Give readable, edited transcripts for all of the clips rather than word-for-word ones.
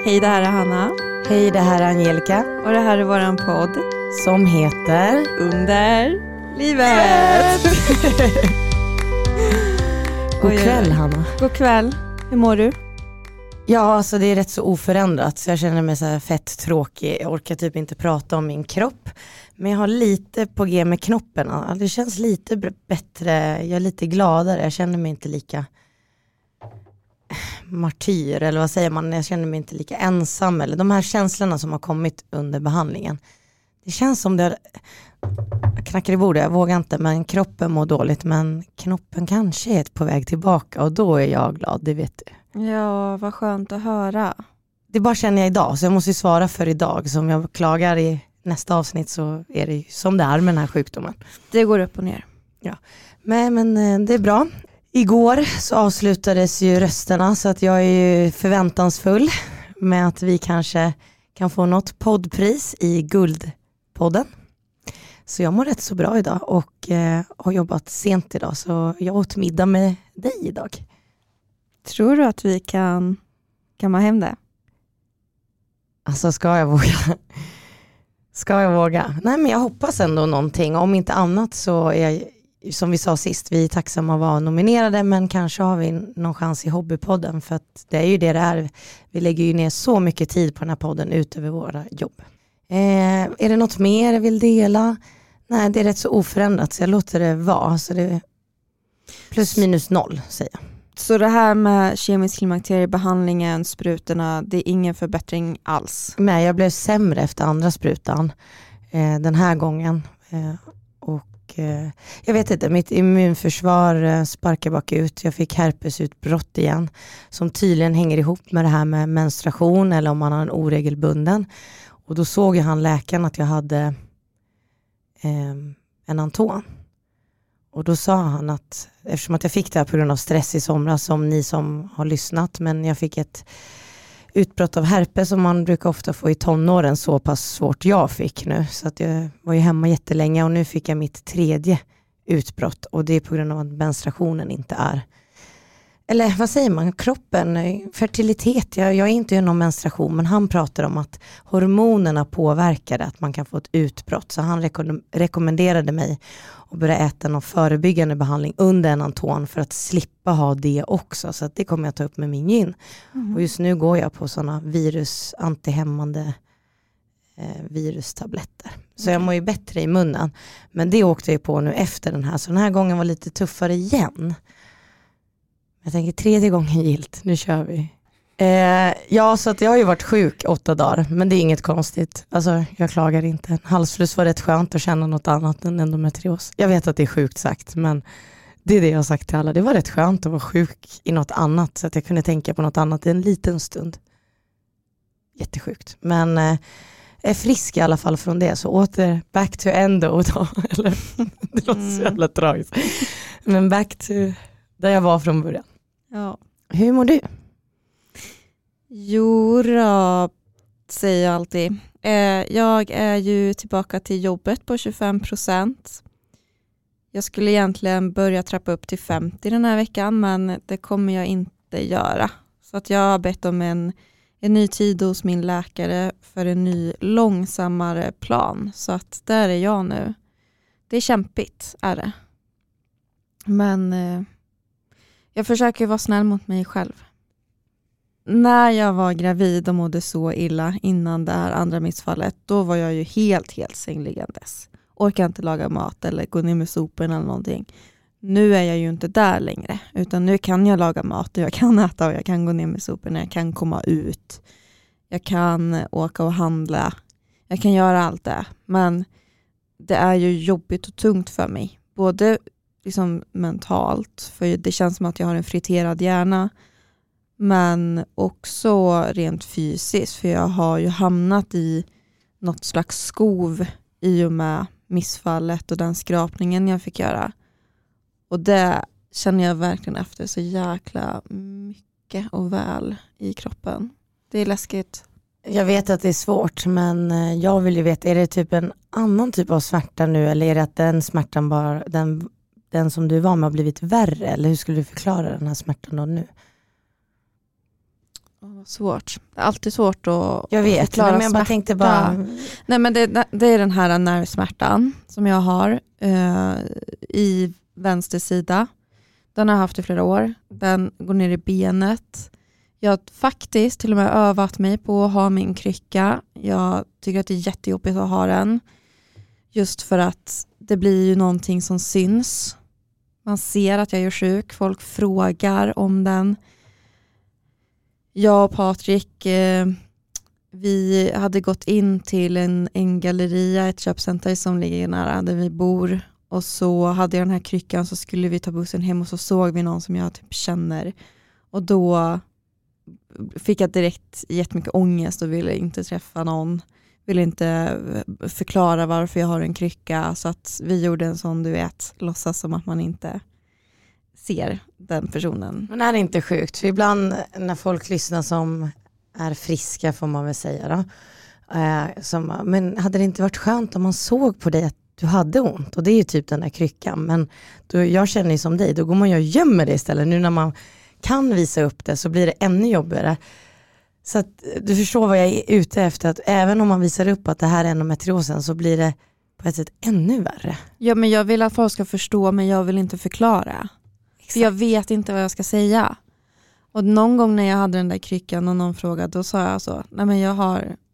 Hej, det här är Hanna. Hej, det här är Angelica. Och det här är våran podd. Som heter Under livet. God kväll, Hanna. God kväll. Hur mår du? Ja, alltså det är rätt så oförändrat. Så jag känner mig så här fett tråkig. Jag orkar typ inte prata om min kropp. Men jag har lite på g med knoppen. Det känns lite bättre. Jag är lite gladare. Jag känner mig inte lika martyr. Eller vad säger man? Jag känner mig inte lika ensam. Eller de här känslorna som har kommit under behandlingen. Det känns som det... Jag knackar i bordet, jag vågar inte. Men kroppen mår dåligt. Men knoppen kanske är på väg tillbaka. Och då är jag glad, det vet du. Ja, vad skönt att höra. Det bara känner jag idag. Så jag måste ju svara för idag. Så om jag klagar i nästa avsnitt så är det ju som det är med den här sjukdomen. Det går upp och ner. Ja, men det är bra. Igår så avslutades ju rösterna. Så att jag är ju förväntansfull med att vi kanske kan få något poddpris i Guldpodden. Så jag mår rätt så bra idag och har jobbat sent idag. Så jag åt middag med dig idag. Tror du att vi kan kamma hem det? Alltså ska jag våga? Ska jag våga? Nej, men jag hoppas ändå någonting. Om inte annat så är jag, som vi sa sist, vi är tacksamma att vara nominerade. Men kanske har vi någon chans i Hobbypodden. För att det är ju det är. Vi lägger ju ner så mycket tid på den här podden utöver våra jobb. Är det något mer jag vill dela? Nej, det är rätt så oförändrat så jag låter det vara. Så det är plus minus noll, säger jag. Så det här med kemisk klimakteriebehandlingen, sprutorna, det är ingen förbättring alls? Nej, jag blev sämre efter andra sprutan den här gången. Jag vet inte, mitt immunförsvar sparkar bakut. Jag fick herpesutbrott igen. Som tydligen hänger ihop med det här med menstruation eller om man har en oregelbunden. Och då såg ju han läkaren att jag hade en anton. Och då sa han att eftersom att jag fick det här på grund av stress i somras som ni som har lyssnat. Men jag fick ett utbrott av herpes som man brukar ofta få i tonåren, så pass svårt jag fick nu. Så att jag var ju hemma jättelänge och nu fick jag mitt 3:e utbrott. Och det är på grund av att menstruationen inte är... Eller vad säger man? Kroppen, fertilitet. Jag är inte i någon menstruation, men han pratar om att hormonerna påverkar det, att man kan få ett utbrott. Så han rekommenderade mig att börja äta någon förebyggande behandling under en anton för att slippa ha det också. Så att det kommer jag ta upp med min gyn. Och just nu går jag på sådana antihämmande virustabletter. Så jag mår ju bättre i munnen. Men det åkte jag på nu efter den här. Så den här gången var lite tuffare igen. Jag tänker 3:e gången gilt, nu kör vi. Ja, så att jag har ju varit sjuk 8 dagar, men det är inget konstigt. Alltså, jag klagar inte. Halsfluss var rätt skönt att känna något annat än endometrios. Jag vet att det är sjukt sagt, men det är det jag har sagt till alla. Det var rätt skönt att vara sjuk i något annat, så att jag kunde tänka på något annat en liten stund. Jättesjukt. Men är frisk i alla fall från det, så åter back to endo då. Eller, det låter så jävla tragiskt. Men back to där jag var från början. Ja. Hur mår du? Jo då, säger jag alltid. Jag är ju tillbaka till jobbet på 25%. Jag skulle egentligen börja trappa upp till 50 den här veckan, men det kommer jag inte göra. Så att jag har bett om en ny tid hos min läkare för en ny långsammare plan. Så att där är jag nu. Det är kämpigt, är det. Men jag försöker vara snäll mot mig själv. När jag var gravid och mådde så illa innan det här andra missfallet, då var jag ju helt sängliggandes. Orkar inte laga mat eller gå ner med soporna eller någonting. Nu är jag ju inte där längre, utan nu kan jag laga mat och jag kan äta och jag kan gå ner med soporna, jag kan komma ut. Jag kan åka och handla. Jag kan göra allt det, men det är ju jobbigt och tungt för mig. Både liksom mentalt, för det känns som att jag har en friterad hjärna, men också rent fysiskt, för jag har ju hamnat i något slags skov i och med missfallet och den skrapningen jag fick göra. Och det känner jag verkligen efter så jäkla mycket och väl i kroppen. Det är läskigt. Jag vet att det är svårt, men jag vill ju veta, är det typ en annan typ av smärta nu, eller är det att den smärtan bara, den som du var med har blivit värre, eller hur skulle du förklara den här smärtan då nu? Svårt. Det är alltid svårt att Jag vet, förklara men jag bara tänkte bara... Nej, men det är den här nervsmärtan som jag har i vänster sida. Den har jag haft i flera år. Den går ner i benet. Jag har faktiskt till och med övat mig på att ha min krycka. Jag tycker att det är jättejobbigt att ha den. Just för att det blir ju någonting som syns. Man ser att jag är sjuk. Folk frågar om den. Jag och Patrik, vi hade gått in till en galleria, ett köpcenter som ligger nära där vi bor. Och så hade jag den här kryckan, så skulle vi ta bussen hem och så såg vi någon som jag typ känner. Och då fick jag direkt jättemycket ångest och ville inte träffa någon. Ville inte förklara varför jag har en krycka. Så att vi gjorde en sån, du vet, låtsas som att man inte ser den personen. Men är det inte sjukt? För ibland när folk lyssnar som är friska, får man väl säga då. Men hade det inte varit skönt om man såg på dig att du hade ont? Och det är ju typ den där kryckan. Men jag känner ju som dig, då går man ju och gömmer det istället. Nu när man kan visa upp det så blir det ännu jobbigare. Så att du förstår vad jag är ute efter. Att även om man visar upp att det här är endometriosen, så blir det på ett sätt ännu värre. Ja, men jag vill att folk ska förstå, men jag vill inte förklara. För jag vet inte vad jag ska säga. Och någon gång när jag hade den där kryckan och någon frågade, då sa jag så: nej, men jag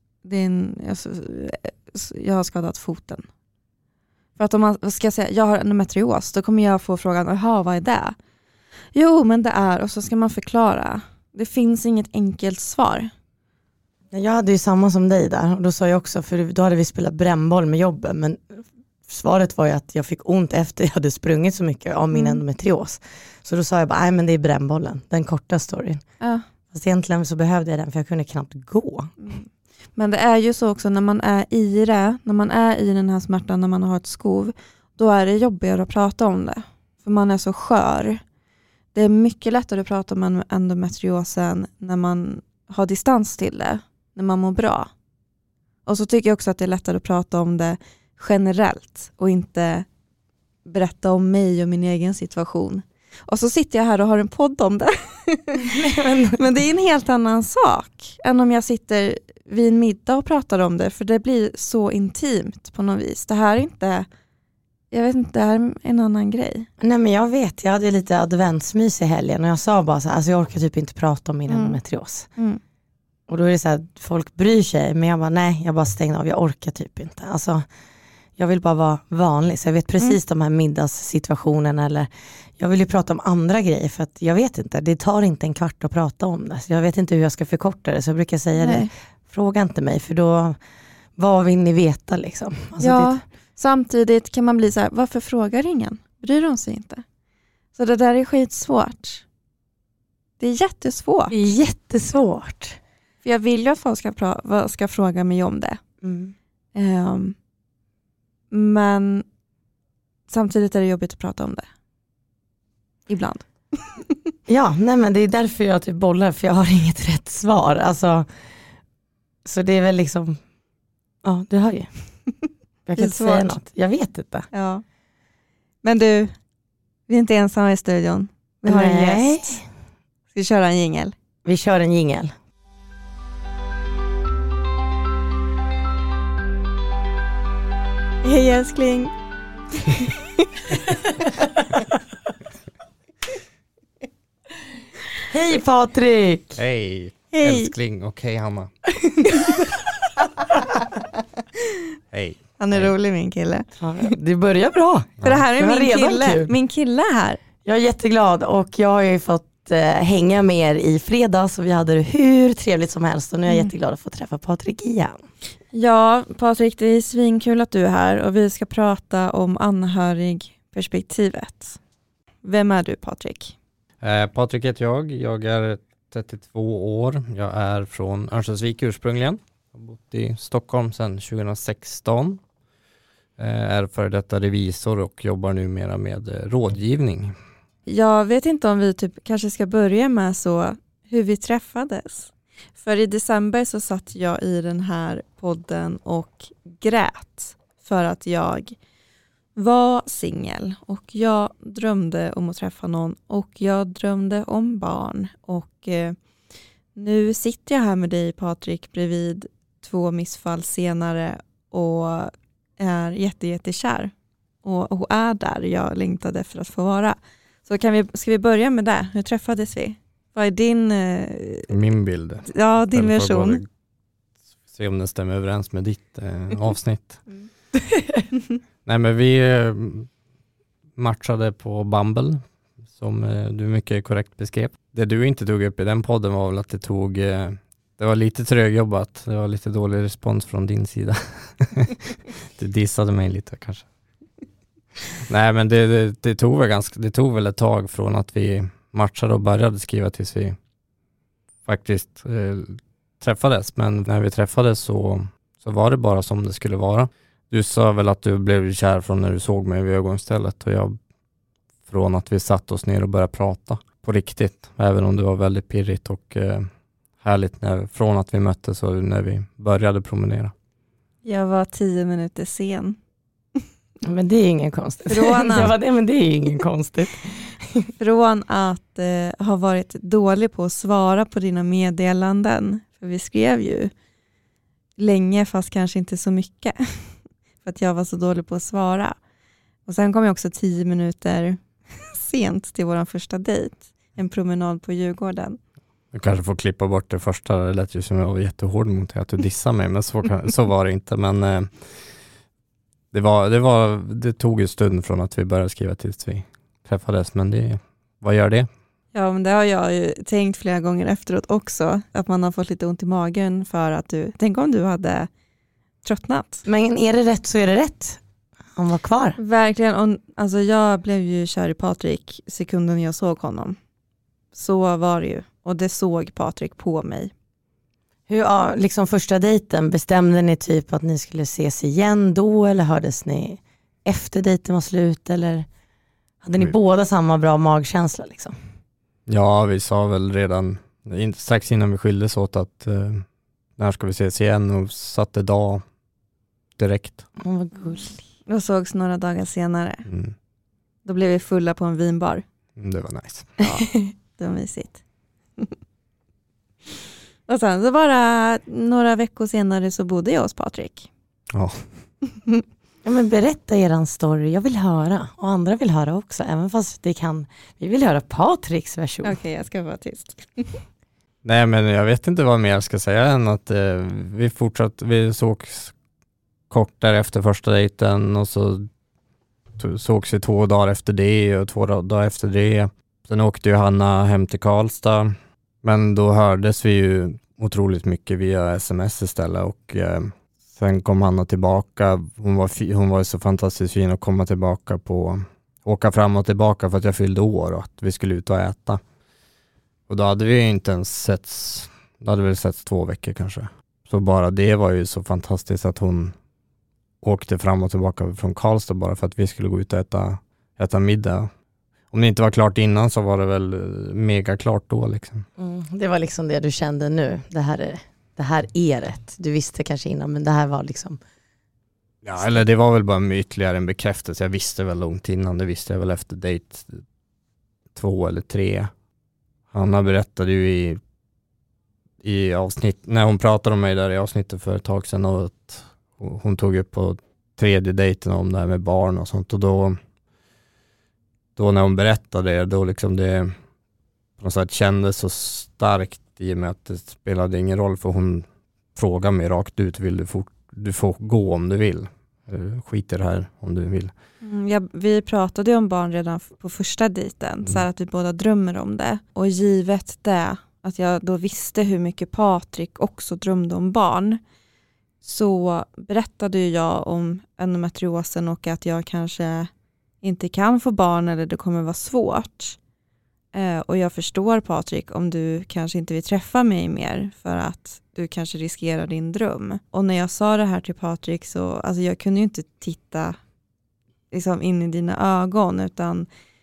har skadat foten. För att om man ska säga jag har endometrios, då kommer jag få frågan, jaha, vad är det? Jo, men det är, och så ska man förklara. Det finns inget enkelt svar. Jag hade ju samma som dig där, och då sa jag också, för då hade vi spelat brännboll med jobben, men svaret var ju att jag fick ont efter jag hade sprungit så mycket av min endometrios. Så då sa jag bara, nej, men det är brännbollen, den korta storyn. Fast egentligen så behövde jag den, för jag kunde knappt gå. Men det är ju så också när man är i det, när man är i den här smärtan, när man har ett skov, då är det jobbigare att prata om det. För man är så skör. Det är mycket lättare att prata om endometriosen när man har distans till det, när man mår bra. Och så tycker jag också att det är lättare att prata om det generellt och inte berätta om mig och min egen situation. Och så sitter jag här och har en podd om det. Men det är en helt annan sak än om jag sitter vid en middag och pratar om det, för det blir så intimt på något vis. Det här är inte, jag vet inte, det här är en annan grej. Nej, men jag vet, jag hade lite adventsmys i helgen och jag sa bara så här, alltså jag orkar typ inte prata om min endometrios. Och då är det så här, folk bryr sig, men jag bara nej, jag bara stängde av, jag orkar typ inte. Alltså jag vill bara vara vanlig, så jag vet precis de här middagssituationen, eller jag vill ju prata om andra grejer, för att jag vet inte, det tar inte en kvart att prata om det. Så jag vet inte hur jag ska förkorta det, så jag brukar säga det, fråga inte mig, för då, vad vill ni veta liksom? Alltså, ja, samtidigt kan man bli så här, varför frågar ingen? Bryr de sig inte? Så det där är skitsvårt. Det är jättesvårt. Det är jättesvårt. För jag vill ju att folk ska fråga mig om det. Men samtidigt är det jobbigt att prata om det. Ibland. Ja, nej, men det är därför jag typ bollar, för jag har inget rätt svar. Alltså, så det är väl liksom, ja, du hör ju. Jag kan inte säga något. Jag vet inte. Ja. Men du, vi är inte ensamma i studion. Vi har en gäst. Ska vi köra en jingle? Vi kör en jingle. Hej älskling. Hej Patrik. Hej älskling och hej Hanna. Hej. Han är rolig, min kille. Ja, det börjar bra. För det här är min kille. Kul. Min kille här. Jag är jätteglad, och jag har ju fått hänga med er i fredags och vi hade det hur trevligt som helst, och nu är jag jätteglad att få träffa Patrik igen. Ja, Patrik, det är svinkul att du är här och vi ska prata om anhörigperspektivet. Vem är du, Patrik? Patrik heter jag. Jag är 32 år. Jag är från Örnsköldsvik ursprungligen. Jag har bott i Stockholm sedan 2016. Är före detta revisor och jobbar numera med rådgivning. Jag vet inte om vi kanske ska börja med så hur vi träffades. För i december så satt jag i den här podden och grät för att jag var singel och jag drömde om att träffa någon och jag drömde om barn. Och nu sitter jag här med dig, Patrik, bredvid 2 missfall senare och är jättekär. Och är där jag längtade för att få vara. Så ska vi börja med det? Hur träffades vi? Vad är din... Min bild. Ja, din version. Se om den stämmer överens med ditt avsnitt. Nej, men vi matchade på Bumble, som du mycket korrekt beskrev. Det du inte tog upp i den podden var väl att det var lite trögjobbat. Det var lite dålig respons från din sida. Du dissade mig lite kanske. Nej, men det tog väl ett tag från att vi matchade och började skriva tills vi faktiskt träffades. Men när vi träffades så var det bara som det skulle vara. Du sa väl att du blev kär från när du såg mig vid ögonstället, och jag från att vi satt oss ner och började prata på riktigt. Även om det var väldigt pirrigt och härligt från att vi möttes och när vi började promenera. Jag var 10 minuter sen. Men det är ingen konstigt. Men det är ingen konstigt. Från att ha varit dålig på att svara på dina meddelanden. För vi skrev ju länge, fast kanske inte så mycket. För att jag var så dålig på att svara. Och sen kom jag också 10 minuter sent till vår första dejt. En promenad på Djurgården. Du kanske får klippa bort det första. Det lät ju som jag var jättehård mot dig att du dissade mig. Men så var det inte. Men det tog en stund från att vi började skriva tills vi träffades. Men vad gör det? Ja, men det har jag ju tänkt flera gånger efteråt också. Att man har fått lite ont i magen för att tänk om du hade tröttnat. Men är det rätt så är det rätt. Han var kvar. Verkligen. Alltså jag blev ju kär i Patrik sekunden jag såg honom. Så var det ju. Och det såg Patrik på mig. Hur, liksom första dejten, bestämde ni typ att ni skulle ses igen då, eller hördes ni efter dejten var slut, eller hade ni båda samma bra magkänsla liksom? Ja, vi sa väl redan strax innan vi skildes åt att när ska vi ses igen, och satte dag direkt. Vad gulligt. Och sågs några dagar senare. Då blev vi fulla på en vinbar. Det var nice. Ja, det var mysigt. Och sen så bara några veckor senare så bodde jag hos Patrik. Ja. Ja, men berätta eran story. Jag vill höra. Och andra vill höra också. Även fast vi vill höra Patriks version. Okej, jag ska vara tyst. Nej, men jag vet inte vad mer jag ska säga än att vi sågs kort där efter första dejten, och så sågs vi 2 dagar efter det och 2 dagar efter det. Sen åkte ju Hanna hem till Karlstad, men då hördes vi ju otroligt mycket via sms istället, och sen kom Hanna tillbaka. Hon var så fantastiskt fin att komma tillbaka åka fram och tillbaka för att jag fyllde år och att vi skulle ut och äta. Och då hade vi inte ens setts, då hade vi setts 2 veckor kanske. Så bara det var ju så fantastiskt att hon åkte fram och tillbaka från Karlstad bara för att vi skulle gå ut och äta middag. Om det inte var klart innan så var det väl mega klart då liksom. Det var liksom det du kände nu. Det här är rätt. Du visste kanske innan, men det här var liksom... Ja, eller det var väl bara ytterligare en bekräftelse. Jag visste väl långt innan. Det visste jag väl efter dejt 2 eller 3. Hanna berättade ju i avsnitt, när hon pratade om mig där i avsnittet för ett tag sedan, och att hon tog upp på 3:e dejten om det här med barn och sånt, och då när hon berättade det, då liksom det på något sätt kändes så starkt, i och med att det spelade ingen roll, för hon frågade mig rakt ut, du får gå om du vill, skit i det här om du vill. Vi pratade ju om barn redan på första dejten, så här att vi båda drömmer om det, och givet det att jag då visste hur mycket Patrik också drömde om barn, så berättade jag om endometriosen och att jag kanske inte kan få barn, eller det kommer vara svårt. Och jag förstår, Patrik, om du kanske inte vill träffa mig mer för att du kanske riskerar din dröm. Och när jag sa det här till Patrik, så alltså jag kunde ju inte titta liksom in i dina ögon, utan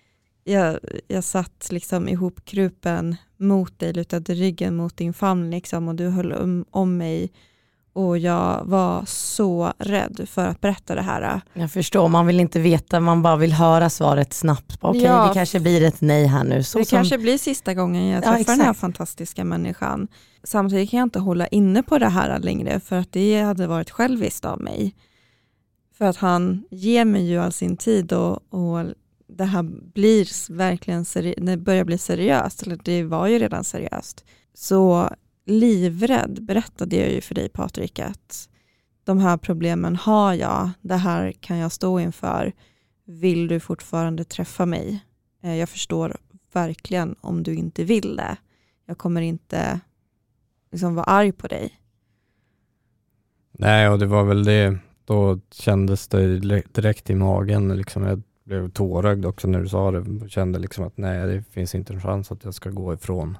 jag satt liksom ihopkrupen mot dig, lutade ryggen mot din famn liksom, och du höll om mig Och jag var så rädd för att berätta det här. Jag förstår, man vill inte veta, man bara vill höra svaret snabbt. Okej, det kanske blir ett nej här nu. Det kanske blir sista gången jag träffar den här fantastiska människan. Samtidigt kan jag inte hålla inne på det här längre, för att det hade varit själviskt av mig. För att han ger mig ju all sin tid och det här blir verkligen det börjar bli seriöst, eller det var ju redan seriöst. Så livrädd berättade jag ju för dig, Patrik, att de här problemen har jag, det här kan jag stå inför. Vill du fortfarande träffa mig? Jag förstår verkligen om du inte vill det. Jag kommer inte liksom vara arg på dig. Nej, och det var väl det. Då kändes det direkt i magen. Liksom jag blev tårögd också när du sa det. Jag kände liksom att nej, det finns inte en chans att jag ska gå ifrån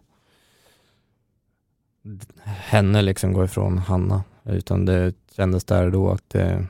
henne, liksom gå ifrån Hanna. Utan det kändes där då att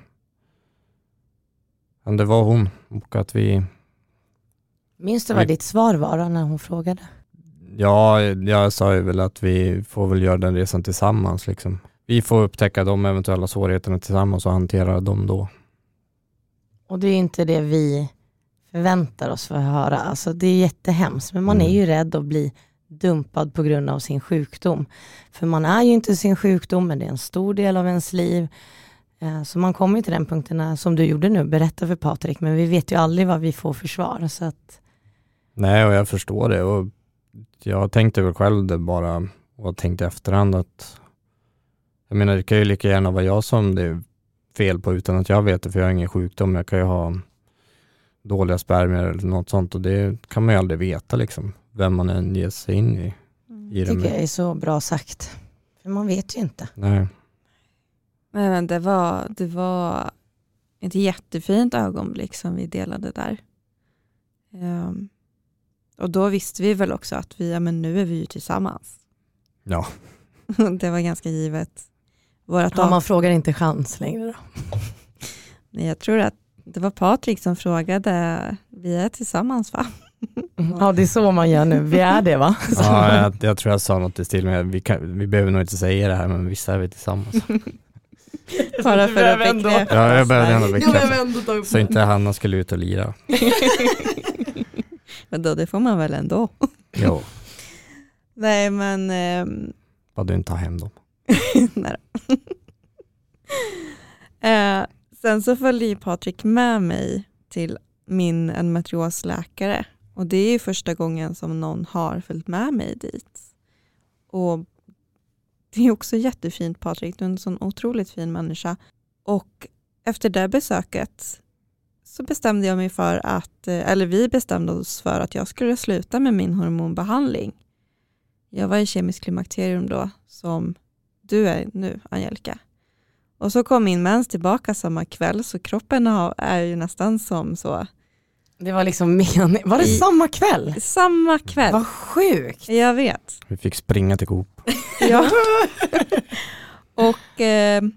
det var hon. Och att vi... Minns du vad ditt svar var då när hon frågade? Ja, jag sa ju väl att vi får väl göra den resan tillsammans. Liksom. Vi får upptäcka de eventuella svårigheterna tillsammans och hantera dem då. Och det är inte det vi förväntar oss för att höra. Alltså det är jättehemskt, men man är ju rädd att bli dumpad på grund av sin sjukdom. För man är ju inte sin sjukdom, men det är en stor del av ens liv. Så man kommer till den punkten som du gjorde nu, berätta för Patrik, men vi vet ju aldrig vad vi får för svar. Så att... Nej, och jag förstår det. Och jag tänkte väl själv det bara, och tänkte efterhand att jag menar, det kan ju lika gärna vara jag som det är fel på utan att jag vet det, för jag har ingen sjukdom. Jag kan ju ha dåliga spermier eller något sånt, och det kan man ju aldrig veta liksom, vem man än ger sig in i. Det tycker jag är så bra sagt. För man vet ju inte. Nej. Men det var ett jättefint ögonblick som vi delade där. Och då visste vi väl också att nu är vi ju tillsammans. Ja. Det var ganska givet. Man frågar inte chans längre då? Nej, jag tror att det var Patrik som frågade, vi är tillsammans va? Ja, det är så man gör nu. Vi är det va? Ja, jag tror jag sa något i stil med vi behöver nog inte säga det här, men visst är vi tillsammans. Bara för att bekräfta. Ja, jag behövde ändå bekräfta. Så inte Hanna skulle ut och lira. Men då, det får man väl ändå. Jo. Nej, men... Bara du inte tar hem dem. Nej. Sen så följde Patrik med mig till min endometriosläkare. Och det är ju första gången som någon har följt med mig dit. Och det är också jättefint, Patrik. Du är en sån otroligt fin människa. Och efter det besöket så bestämde jag mig för att, eller vi bestämde oss för att jag skulle sluta med min hormonbehandling. Jag var i kemisk klimakterium då, som du är nu, Angelica. Och så kom min mens tillbaka samma kväll, så kroppen är ju nästan som så. Det var liksom var det samma kväll? Samma kväll. Vad sjukt. Jag vet. Vi fick springa till Coop. Ja. Och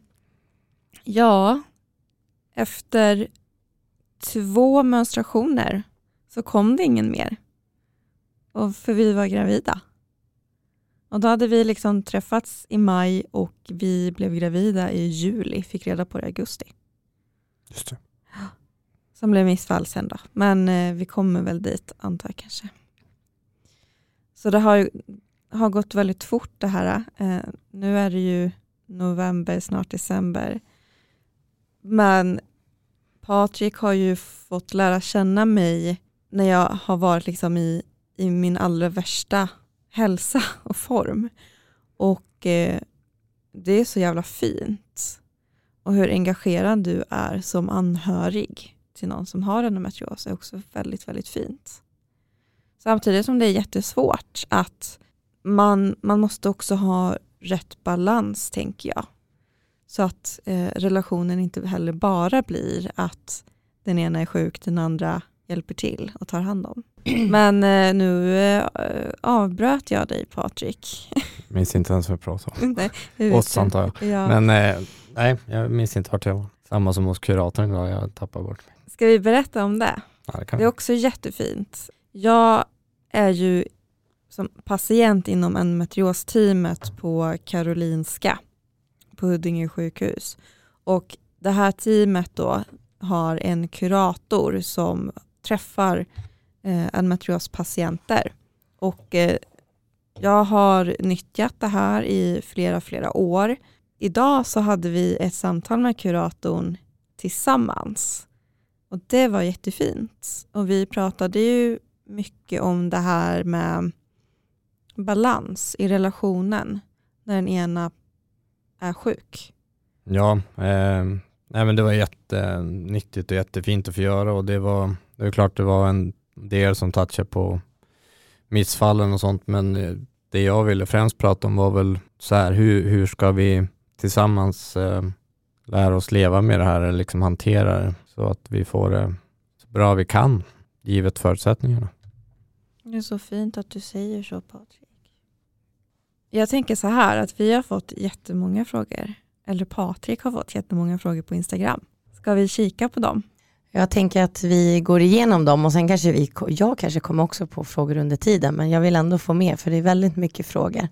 ja, efter 2 menstruationer så kom det ingen mer. Och för vi var gravida. Och då hade vi liksom träffats i maj och vi blev gravida i juli. Fick reda på det i augusti. Just det. Som blev missfall sen då. Men vi kommer väl dit, antar jag kanske. Så det har gått väldigt fort det här. Nu är det ju november, snart december. Men Patrik har ju fått lära känna mig när jag har varit liksom i min allra värsta hälsa och form. Och det är så jävla fint. Och hur engagerad du är som anhörig till någon som har endometrios är också väldigt, väldigt fint. Samtidigt som det är jättesvårt att man måste också ha rätt balans, tänker jag. Så att relationen inte heller bara blir att den ena är sjuk, den andra hjälper till och tar hand om. Men nu avbröt jag dig, Patrik. Minns inte ens vad jag pratade om. Nej, oss antar jag. Ja. Men nej, jag minns inte vart jag var. Samma som hos kuratorn idag, jag tappar bort mig. Ska vi berätta om det? Ja, det är också jättefint. Jag är ju som patient inom endometrios-teamet på Karolinska på Huddinge sjukhus. Och det här teamet då har en kurator som träffar endometriospatienter. Och jag har nyttjat det här i flera år. Idag så hade vi ett samtal med kuratorn tillsammans. Och det var jättefint. Och vi pratade ju mycket om det här med balans i relationen när den ena är sjuk. Ja, nej men det var jättenyttigt och jättefint att få göra, och det var klart det var en del som touchade på missfallen och sånt, men det jag ville främst prata om var väl så här, hur ska vi tillsammans lära oss leva med det här, eller liksom hantera det så att vi får det så bra vi kan givet förutsättningarna. Det är så fint att du säger så, Patrik. Jag tänker så här att vi har fått jättemånga frågor, eller Patrik har fått jättemånga frågor på Instagram. Ska vi kika på dem? Jag tänker att vi går igenom dem, och sen kanske jag kanske kommer också på frågor under tiden, men jag vill ändå få med, för det är väldigt mycket frågor.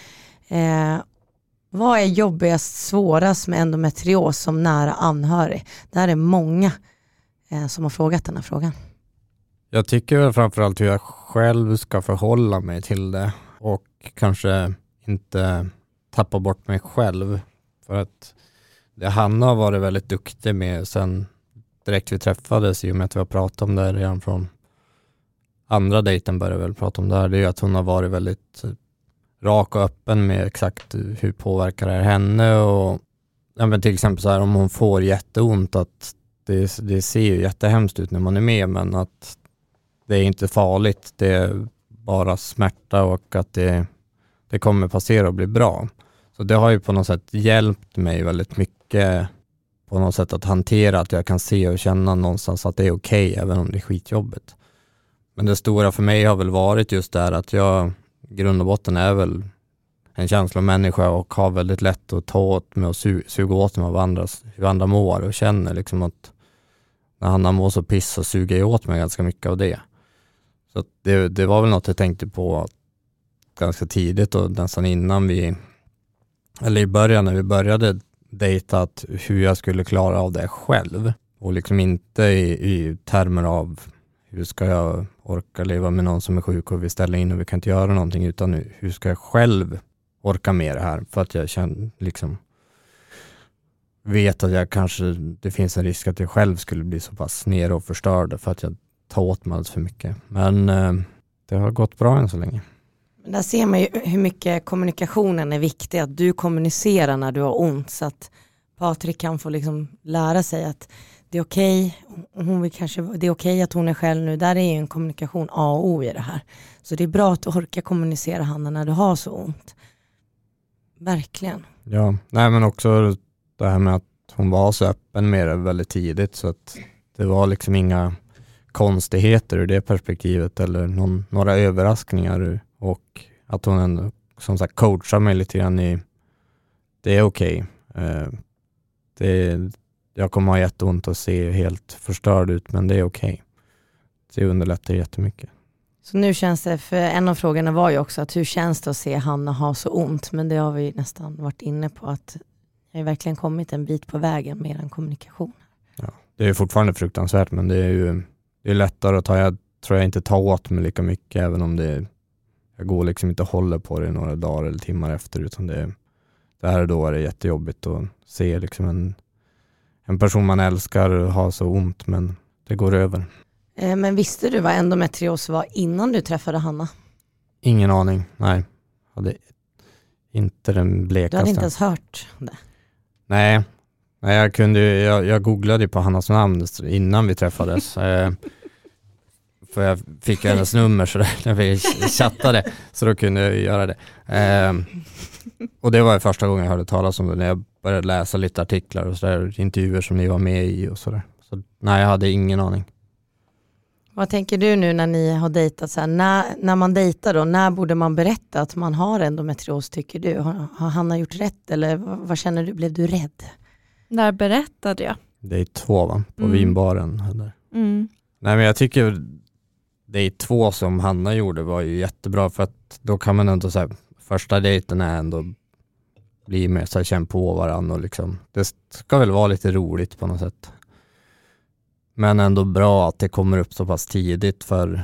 Vad är jobbigast, svårast med endometrios som nära anhörig? Det här är många som har frågat den här frågan. Jag tycker väl framförallt hur jag själv ska förhålla mig till det, och kanske inte tappa bort mig själv. För att det Hanna har varit väldigt duktig med sen direkt vi träffades, i och med att vi har pratat om det redan från andra dejten, började väl prata om det här, det är ju att hon har varit väldigt rak och öppen med exakt hur påverkar det här henne. Och ja, men till exempel så här, om hon får jätteont, att det ser ju jättehemskt ut när man är med, men att det är inte farligt, det är bara smärta, och att det kommer passera och bli bra. Så det har ju på något sätt hjälpt mig väldigt mycket på något sätt att hantera, att jag kan se och känna någonstans att det är okej, även om det är skitjobbigt. Men det stora för mig har väl varit just det här att jag i grund och botten är väl en känslomänniska och har väldigt lätt att ta åt mig och suga åt mig av hur andra mår, och känner liksom att när Hanna mår så piss så suger jag åt mig ganska mycket av det. Så det var väl något jag tänkte på ganska tidigt, och nästan innan eller i början när vi började dejta, att hur jag skulle klara av det själv, och liksom inte i termer av hur ska jag orka leva med någon som är sjuk och vi ställer in och vi kan inte göra någonting, utan hur ska jag själv orka med det här, för att jag känner liksom vet att jag kanske, det finns en risk att jag själv skulle bli så pass nere och förstörd för att jag tar åt mig allt för mycket. Men det har gått bra än så länge. Där ser man ju hur mycket kommunikationen är viktig, att du kommunicerar när du har ont, så att Patrik kan få liksom lära sig att det är okej, det är okej att hon är själv nu. Där är ju en kommunikation A och O i det här. Så det är bra att du orkar kommunicera, Hanna, när du har så ont. Verkligen. Ja, nej men också det här med att hon var så öppen med det väldigt tidigt, så att det var liksom inga konstigheter ur det perspektivet, eller några överraskningar, och att hon ändå som sagt coachar mig lite grann i det är okej. Jag kommer ha jätteont och se helt förstörd ut, men det är okej. Det underlättar jättemycket. Så nu känns det, för en av frågorna var ju också att hur känns det att se Hanna ha så ont, men det har vi nästan varit inne på, att jag har verkligen kommit en bit på vägen med en kommunikation. Ja, det är fortfarande fruktansvärt, men det är lättare att ta. Jag tror jag inte tar åt mig lika mycket, även om jag går liksom inte och håller på det några dagar eller timmar efter, utan det här och då är det jättejobbigt att se liksom en person man älskar ha så ont, men det går över. Men visste du vad endometrios var innan du träffade Hanna? Ingen aning, nej. Hade inte den blekaste. Du hade inte ens hört det? Nej, jag googlade på Hannas namn innan vi träffades. För jag fick hennes nummer så när vi chattade, så då kunde jag göra det. Och det var första gången jag hörde talas om det, när jag började läsa lite artiklar och sådär, intervjuer som ni var med i och sådär. Så nej, jag hade ingen aning. Vad tänker du nu när ni har dejtat? Så här, när man dejtar då, när borde man berätta att man har endometrios, tycker du? Har Hanna gjort rätt, eller vad känner du? Blev du rädd? När berättade jag? Det är 2 va? På vinbaren. Där. Mm. Nej, men jag tycker det är 2 som Hanna gjorde var ju jättebra, för att då kan man ändå säga första dejten är ändå bli med så här, känna på varandra och liksom, det ska väl vara lite roligt på något sätt. Men ändå bra att det kommer upp så pass tidigt för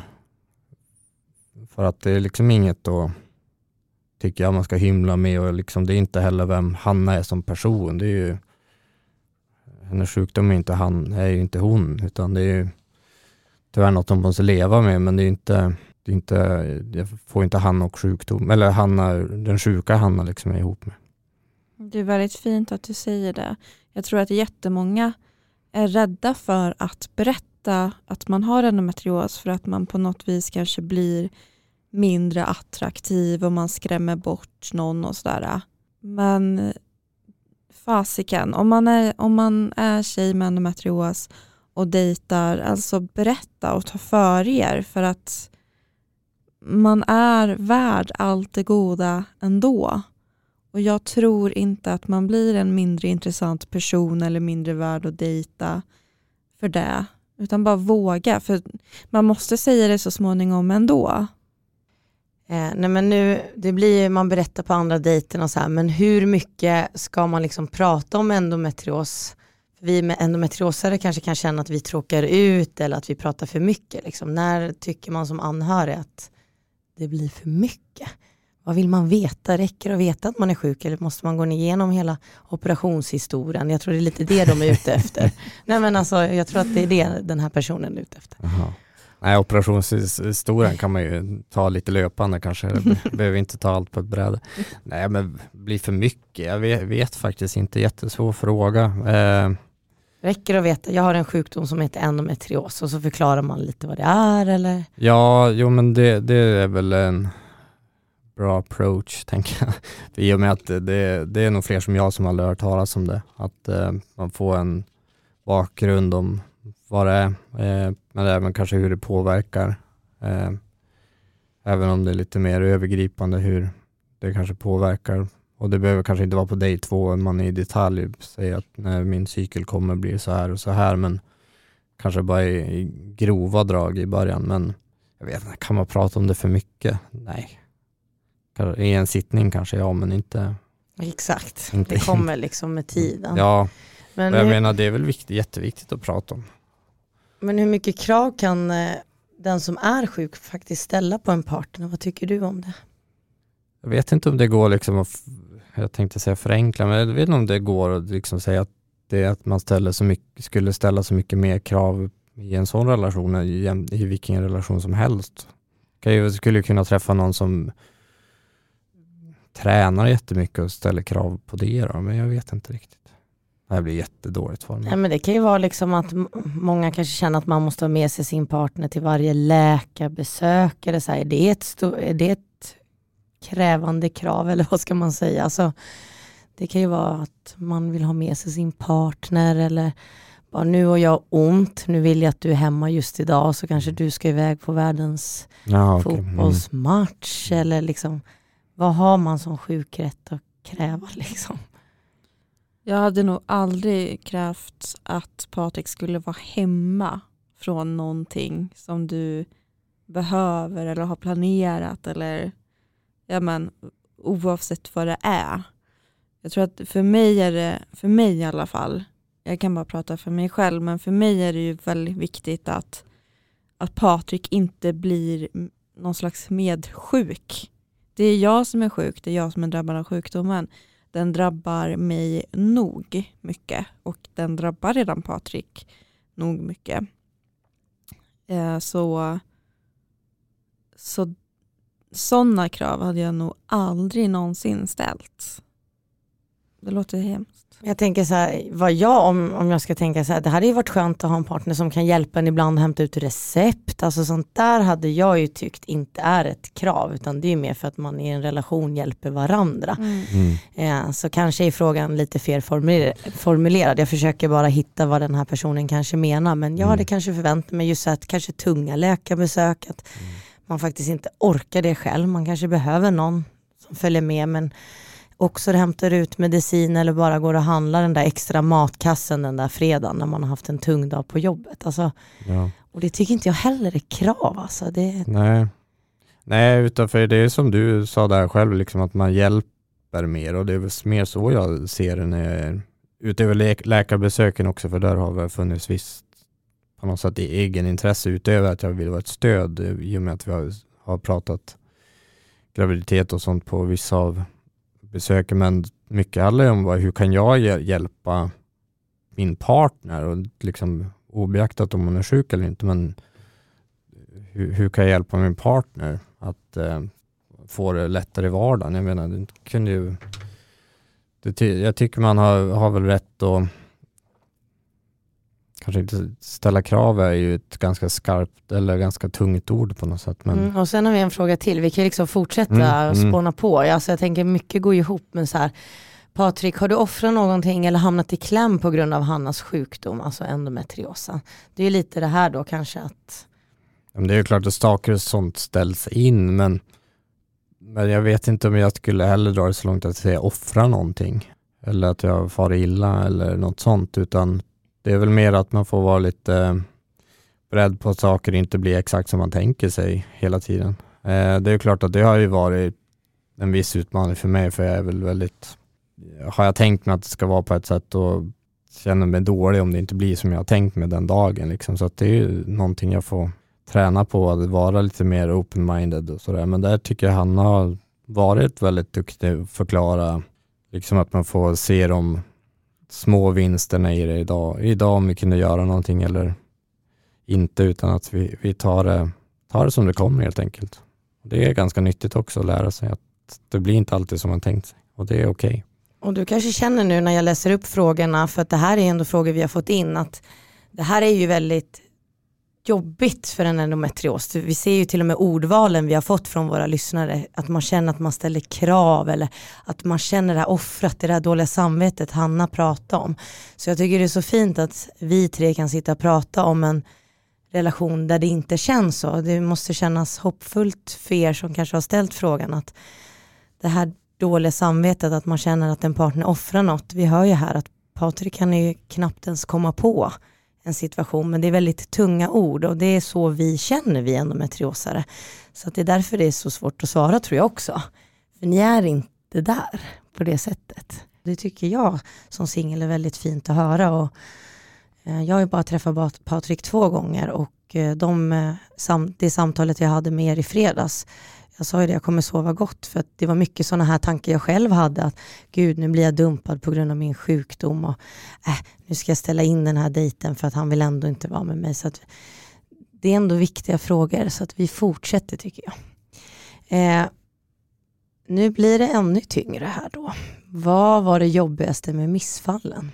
att det är liksom inget att tycker jag man ska hymla med och liksom, det är inte heller vem Hanna är som person. Det är ju hennes sjukdom är inte han, är ju inte hon, utan det är ju tyvärr något hon måste leva med, men det är inte jag får inte Hanna och sjukdom, eller Hanna, den sjuka Hanna liksom är ihop med. Det är väldigt fint att du säger det. Jag tror att jättemånga är rädda för att berätta att man har endometrios för att man på något vis kanske blir mindre attraktiv och man skrämmer bort någon och sådär. Men fasiken, om man är tjej med endometrios och dejtar, alltså berätta och ta för er, för att man är värd allt det goda ändå. Och jag tror inte att man blir en mindre intressant person eller mindre värd att dejta för det. Utan bara våga, för man måste säga det så småningom ändå. Nej, men nu, det blir man berättar på andra dejten och så här, men hur mycket ska man liksom prata om endometrios? Vi med endometriosare kanske kan känna att vi tråkar ut eller att vi pratar för mycket. Liksom. När tycker man som anhörig att det blir för mycket? Vad vill man veta? Räcker det att veta att man är sjuk, eller måste man gå igenom hela operationshistorien? Jag tror det är lite det de är ute efter. Nej, men alltså, jag tror att det är det den här personen är ute efter. Aha. Nej, operationshistorien kan man ju ta lite löpande kanske. Behöver inte ta allt på ett bräde. Nej, men blir för mycket. Jag vet faktiskt inte, jättesvår fråga. Räcker det att veta, jag har en sjukdom som heter endometrios, och så förklarar man lite vad det är, eller? Ja, jo, men det är väl en bra approach, tänker jag. För i och med att det är nog fler som jag som har hört talas om det. Att man får en bakgrund om vad det är, men även kanske hur det påverkar. Även om det är lite mer övergripande hur det kanske påverkar. Och det behöver kanske inte vara på day 2, man i detalj säger att när min cykel kommer blir så här och så här, men kanske bara i grova drag i början. Men jag vet inte, kan man prata om det för mycket? Nej. I en sittning kanske, ja, men inte. Exakt, inte, det kommer liksom med tiden. Ja, men jag menar det är väl jätteviktigt att prata om. Men hur mycket krav kan den som är sjuk faktiskt ställa på en partner? Vad tycker du om det? Jag vet inte om det går liksom att, jag tänkte säga förenkla, men jag vet inte om det går att liksom säga att det är att man skulle ställa så mycket mer krav i en sån relation i vilken relation som helst. Jag skulle kunna träffa någon som tränar jättemycket och ställer krav på det då, men jag vet inte riktigt. Det här blir jättedåligt för mig. Ja, men det kan ju vara liksom att många kanske känner att man måste ha med sig sin partner till varje läkarbesök eller så här. Är det ett krävande krav, eller vad ska man säga? Alltså, det kan ju vara att man vill ha med sig sin partner, eller bara nu och jag har ont, nu vill jag att du är hemma just idag, så kanske du ska iväg på världens fotbollsmatch, eller liksom, vad har man som sjuk rätt att kräva liksom? Jag hade nog aldrig krävt att Patrik skulle vara hemma från någonting som du behöver eller har planerat, eller ja, men oavsett vad det är. Jag tror att för mig i alla fall, jag kan bara prata för mig själv, men för mig är det ju väldigt viktigt att Patrik inte blir någon slags medsjuk. Det är jag som är sjuk, det är jag som är drabbad av sjukdomen. Den drabbar mig nog mycket, och den drabbar redan Patrik nog mycket. Sådana krav hade jag nog aldrig någonsin ställt. Det låter hemskt. Jag tänker så här, om jag ska tänka så här, det hade ju varit skönt att ha en partner som kan hjälpa en ibland att hämta ut recept. Alltså sånt där hade jag ju tyckt inte är ett krav, utan det är ju mer för att man i en relation hjälper varandra. Så kanske är frågan lite fel formulerad. Jag försöker bara hitta vad den här personen kanske menar, men jag hade kanske förväntat mig just att kanske tunga läkarbesök, att man faktiskt inte orkar det själv. Man kanske behöver någon som följer med, men också hämtar ut medicin eller bara går och handlar den där extra matkassen den där fredagen när man har haft en tung dag på jobbet. Alltså, och det tycker inte jag heller är krav. Alltså, Nej, utan för det är som du sa där själv, liksom, att man hjälper mer, och det är väl mer så jag ser det när jag är utöver läkarbesöken också, för där har det funnits visst på något sätt egen intresse utöver att jag vill vara ett stöd, i och med att vi har pratat graviditet och sånt på vissa av besöken, men mycket handlar om hur kan jag hjälpa min partner, och liksom obeaktat om hon är sjuk eller inte, men hur kan jag hjälpa min partner att få det lättare i vardagen. Jag menar, det kunde ju jag tycker man har väl rätt att kanske inte ställa krav, är ju ett ganska skarpt eller ganska tungt ord på något sätt. Men... och sen har vi en fråga till. Vi kan liksom fortsätta spåna på. Alltså jag tänker mycket går ihop, men så här, Patrik, har du offrat någonting eller hamnat i kläm på grund av Hannas sjukdom, alltså endometriosa? Det är lite det här då kanske att... Det är ju klart att saker och sånt ställs in, men jag vet inte om jag skulle heller dra det så långt att säga offra någonting. Eller att jag far illa eller något sånt, utan det är väl mer att man får vara lite beredd på att saker inte blir exakt som man tänker sig hela tiden. Det är klart att det har ju varit en viss utmaning för mig, för jag är väl väldigt... Har jag tänkt mig att det ska vara på ett sätt, och känner mig dålig om det inte blir som jag har tänkt mig den dagen. Liksom. Så att det är ju någonting jag får träna på, att vara lite mer open-minded och sådär. Men där tycker jag han har varit väldigt duktig att förklara liksom att man får se de små vinsterna i det idag om vi kunde göra någonting eller inte, utan att vi tar det som det kommer helt enkelt. Det är ganska nyttigt också att lära sig att det blir inte alltid som man tänkt sig, och det är okej. Och du kanske känner nu när jag läser upp frågorna, för att det här är ändå frågor vi har fått in, att det här är ju väldigt jobbigt för en endometrios. Vi ser ju till och med ordvalen vi har fått från våra lyssnare, att man känner att man ställer krav, eller att man känner det här offrat, det där dåliga samvetet Hanna pratade om. Så jag tycker det är så fint att vi tre kan sitta och prata om en relation där det inte känns så. Det måste kännas hoppfullt för er som kanske har ställt frågan, att det här dåliga samvetet, att man känner att en partner offrar något. Vi hör ju här att Patrik kan ju knappt ens komma på en situation, men det är väldigt tunga ord, och det är så vi känner, vi endometriosare. Så att det är därför det är så svårt att svara, tror jag också. För ni är inte där på det sättet. Det tycker jag som singel är väldigt fint att höra, och jag har ju bara träffat Patrik 2 gånger, och det samtalet jag hade med er i fredags, jag sa ju det, jag kommer sova gott, för att det var mycket sådana här tankar jag själv hade, att gud, nu blir jag dumpad på grund av min sjukdom, och nu ska jag ställa in den här dejten för att han vill ändå inte vara med mig. Så att det är ändå viktiga frågor, så att vi fortsätter, tycker jag. Nu blir det ännu tyngre här då. Vad var det jobbigaste med missfallen?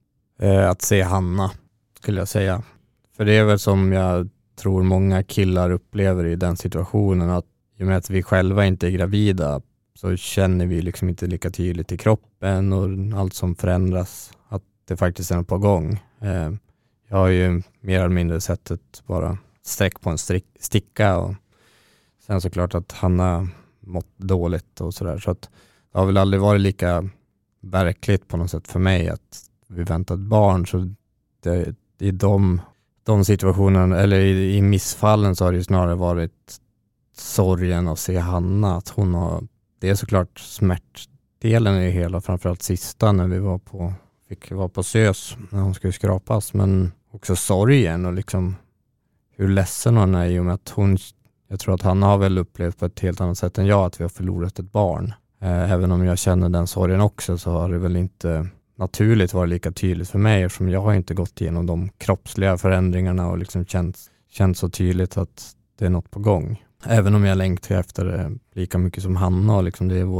Att se Hanna, skulle jag säga. För det är väl som jag tror många killar upplever i den situationen, att i och med att vi själva inte är gravida så känner vi liksom inte lika tydligt i kroppen och allt som förändras, att det faktiskt är något på gång. Jag har ju mer eller mindre sett ett bara streck på en sticka, och sen såklart att Hanna mått dåligt och sådär. Så att det har väl aldrig varit lika verkligt på något sätt för mig att vi väntat barn. Så det, i de situationerna, eller i missfallen, så har det ju snarare varit sorgen att se Hanna, att hon har, det är såklart smärtdelen i hela, framförallt sista när vi fick vara på SÖS när hon skulle skrapas, men också sorgen och liksom hur ledsen hon är, i och med att jag tror att Hanna har väl upplevt på ett helt annat sätt än jag att vi har förlorat ett barn. Även om jag känner den sorgen också, så har det väl inte naturligt varit lika tydligt för mig, eftersom jag har inte gått igenom de kroppsliga förändringarna och liksom känt så tydligt att det är något på gång. Även om jag längtar efter det lika mycket som Hanna, och liksom det är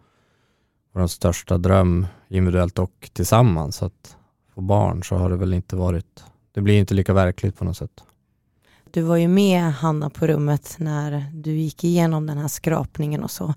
vår största dröm individuellt och tillsammans, att få barn, så har det väl inte varit, det blir inte lika verkligt på något sätt. Du var ju med Hanna på rummet när du gick igenom den här skrapningen och så.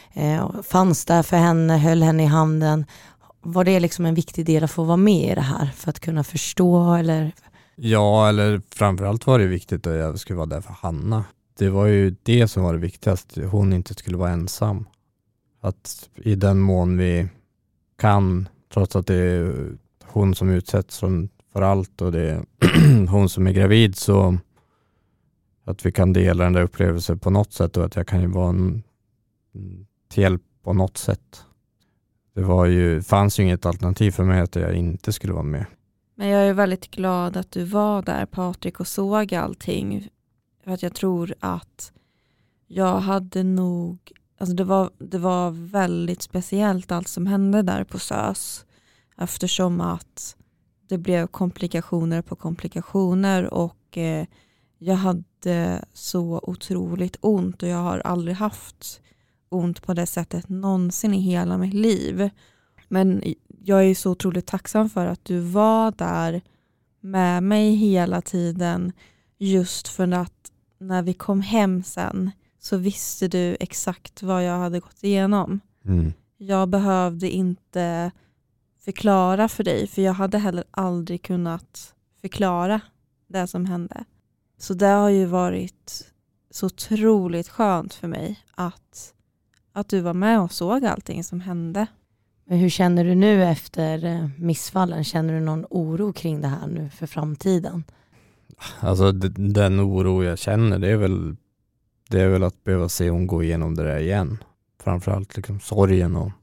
Fanns där för henne, höll henne i handen. Var det liksom en viktig del att få vara med i det här för att kunna förstå? Eller? Ja, eller framförallt var det viktigt att jag skulle vara där för Hanna. Det var ju det som var det viktigaste. Hon inte skulle vara ensam. Att i den mån vi kan, trots att det är hon som utsätts för allt och det är hon som är gravid, så att vi kan dela den där upplevelsen på något sätt, och att jag kan ju vara till hjälp på något sätt. fanns ju inget alternativ för mig att jag inte skulle vara med. Men jag är väldigt glad att du var där, Patrik, och såg allting. För att jag tror att jag hade nog... Alltså det var väldigt speciellt allt som hände där på SÖS. Eftersom att det blev komplikationer på komplikationer. Och jag hade så otroligt ont. Och jag har aldrig haft ont på det sättet någonsin i hela mitt liv. Men jag är så otroligt tacksam för att du var där med mig hela tiden. Just för att när vi kom hem sen så visste du exakt vad jag hade gått igenom. Mm. Jag behövde inte förklara för dig. För jag hade heller aldrig kunnat förklara det som hände. Så det har ju varit så otroligt skönt för mig att du var med och såg allting som hände. Men hur känner du nu efter missfallen? Känner du någon oro kring det här nu för framtiden? Alltså den oro jag känner, det är väl att behöva se hon gå igenom det där igen. Framförallt liksom sorgen och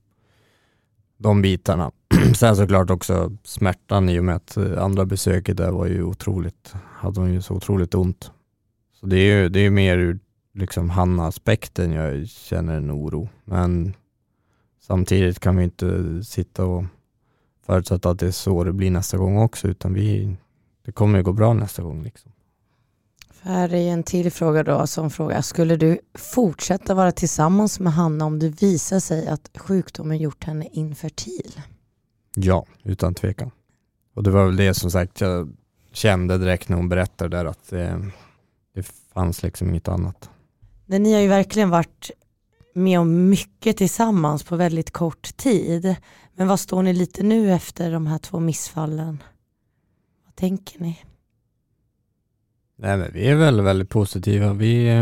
de bitarna. Sen såklart också smärtan i och med att andra besöket där var ju otroligt, hade hon ju så otroligt ont. Så det är mer ur liksom Hanna-aspekten jag känner en oro. Men samtidigt kan vi inte sitta och förutsätta att det är så det blir nästa gång också, utan det kommer ju gå bra nästa gång liksom. Här är en till fråga då som frågar: skulle du fortsätta vara tillsammans med Hanna om det visar sig att sjukdomen gjort henne infertil? Ja, utan tvekan. Och det var väl det som sagt jag kände direkt när hon berättade där, att det fanns liksom inget annat. Men ni har ju verkligen varit med om mycket tillsammans på väldigt kort tid. Men vad står ni lite nu efter de här 2 missfallen? Vad tänker ni? Nej, men vi är väl väldigt positiva.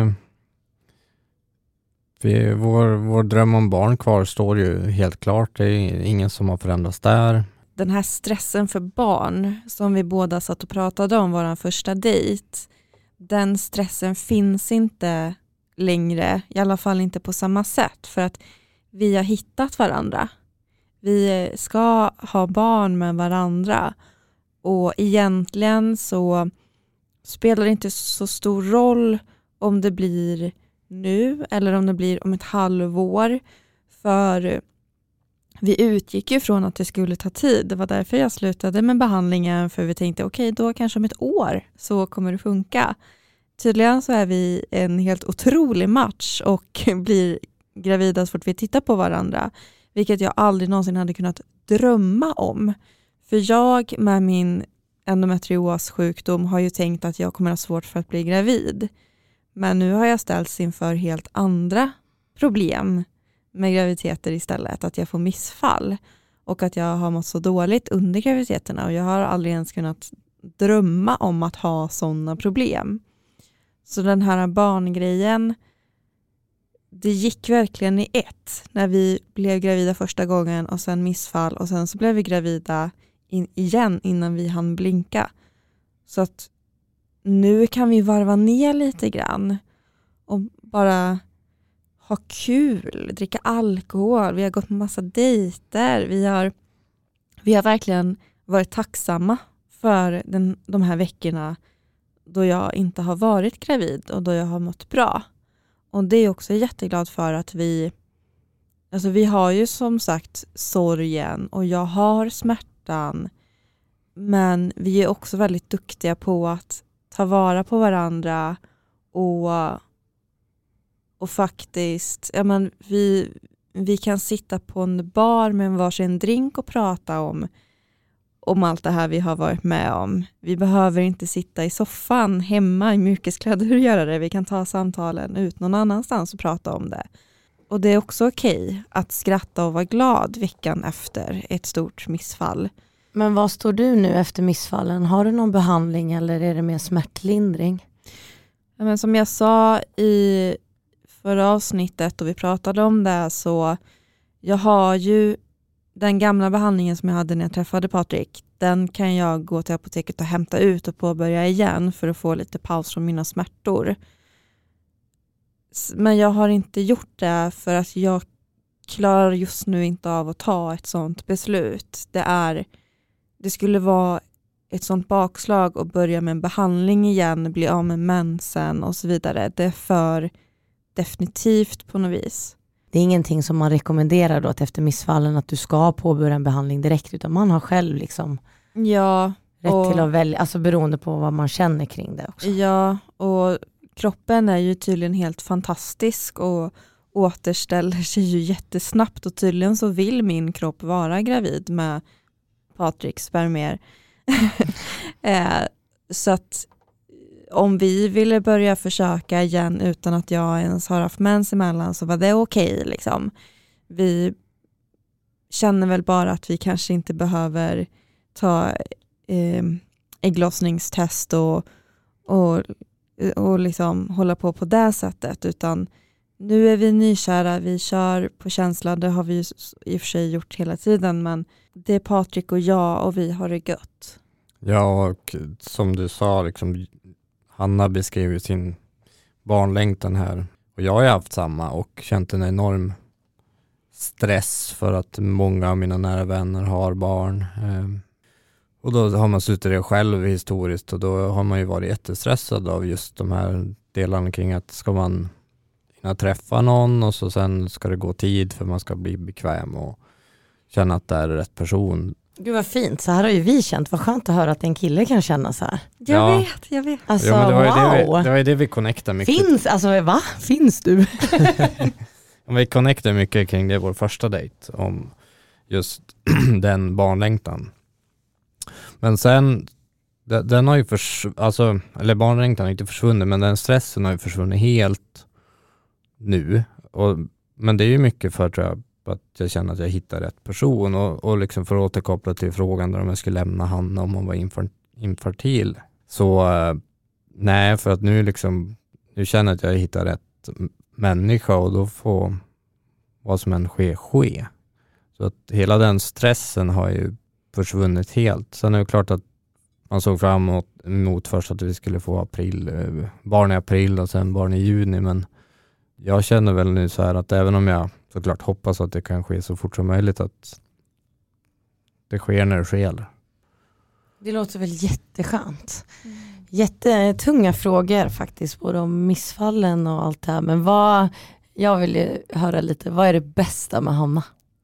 Vår dröm om barn kvarstår ju helt klart. Det är ingen som har förändrats där. Den här stressen för barn som vi båda satt och pratade om vår första dejt, den stressen finns inte längre, i alla fall inte på samma sätt, för att vi har hittat varandra. Vi ska ha barn med varandra och egentligen så spelar det inte så stor roll om det blir nu eller om det blir om ett halvår, för vi utgick ju från att det skulle ta tid. Det var därför jag slutade med behandlingen, för vi tänkte okej, då kanske om ett år så kommer det funka. Tydligen så är vi en helt otrolig match och blir gravida så fort vi tittar på varandra. Vilket jag aldrig någonsin hade kunnat drömma om. För jag med min endometriossjukdom har ju tänkt att jag kommer ha svårt för att bli gravid. Men nu har jag ställts inför helt andra problem med graviditeter istället. Att jag får missfall och att jag har mått så dåligt under graviditeterna. Och jag har aldrig ens kunnat drömma om att ha sådana problem. Så den här barngrejen, det gick verkligen i ett. När vi blev gravida första gången och sen missfall och sen så blev vi gravida igen innan vi hann blinka. Så att nu kan vi varva ner lite grann och bara ha kul, dricka alkohol. Vi har gått på massa dejter. Vi har verkligen varit tacksamma för de här veckorna då jag inte har varit gravid och då jag har mått bra. Och det är också jätteglad för att vi har ju som sagt sorgen och jag har smärtan, men vi är också väldigt duktiga på att ta vara på varandra och faktiskt, ja, men vi kan sitta på en bar med en varsin drink och prata om allt det här vi har varit med om. Vi behöver inte sitta i soffan hemma i mjukiskläder och göra det. Vi kan ta samtalen ut någon annanstans och prata om det. Och det är också okej att skratta och vara glad veckan efter ett stort missfall. Men vad står du nu efter missfallen? Har du någon behandling eller är det mer smärtlindring? Ja, men som jag sa i förra avsnittet och vi pratade om det, så jag har ju den gamla behandlingen som jag hade när jag träffade Patrik. Den kan jag gå till apoteket och hämta ut och påbörja igen för att få lite paus från mina smärtor. Men jag har inte gjort det för att jag klarar just nu inte av att ta ett sånt beslut. Det skulle vara ett sånt bakslag att börja med en behandling igen, bli av med mensen och så vidare. Det är för definitivt på något vis. Det är ingenting som man rekommenderar då, att efter missfallen att du ska påbörja en behandling direkt, utan man har själv liksom rätt till att välja, alltså beroende på vad man känner kring det också. Ja, och kroppen är ju tydligen helt fantastisk och återställer sig ju jättesnabbt, och tydligen så vill min kropp vara gravid med Patriks spermier. Så att om vi ville börja försöka igen utan att jag ens har haft mens emellan, så var det okej liksom. Vi känner väl bara att vi kanske inte behöver ta ägglossningstest och liksom hålla på det sättet, utan nu är vi nykära, vi kör på känslan, det har vi ju i och för sig gjort hela tiden, men det är Patrik och jag och vi har det gött. Ja, och som du sa, liksom, Hanna beskrev sin barnlängtan här. Och jag har haft samma och känt en enorm stress för att många av mina nära vänner har barn. Och då har man suttit det själv historiskt, och då har man ju varit jättestressad av just de här delarna kring att ska man hinna träffa någon, och så sen ska det gå tid för man ska bli bekväm och känna att det är rätt person. Gud vad fint, så här har ju vi känt. Vad skönt att höra att en kille kan känna så här. Jag vet. Alltså, ja, men wow. det var ju det vi connectade mycket. Finns du? Vi connectade mycket kring det, vår första dejt, om just den barnlängtan. Men sen, den har ju eller barnlängtan har inte försvunnit, men den stressen har ju försvunnit helt nu. Men det är ju mycket för, tror jag, att jag känner att jag hittar rätt person, och liksom för att återkoppla till frågan där om jag skulle lämna Hanna om hon var infertil. Så nej, för att nu känner jag att jag hittar rätt människa, och då får vad som än ske. Så att hela den stressen har ju försvunnit helt. Sen är det klart att man såg fram emot först att vi skulle få barn i april och sen barn i juni, men jag känner väl nu så här att även om jag såklart hoppas att det kan ske så fort som möjligt, att det sker när det sker. Det låter väl jätteskönt. Jättetunga frågor faktiskt, både om missfallen och allt det här. Men jag vill ju höra lite, vad är det bästa med Hanna?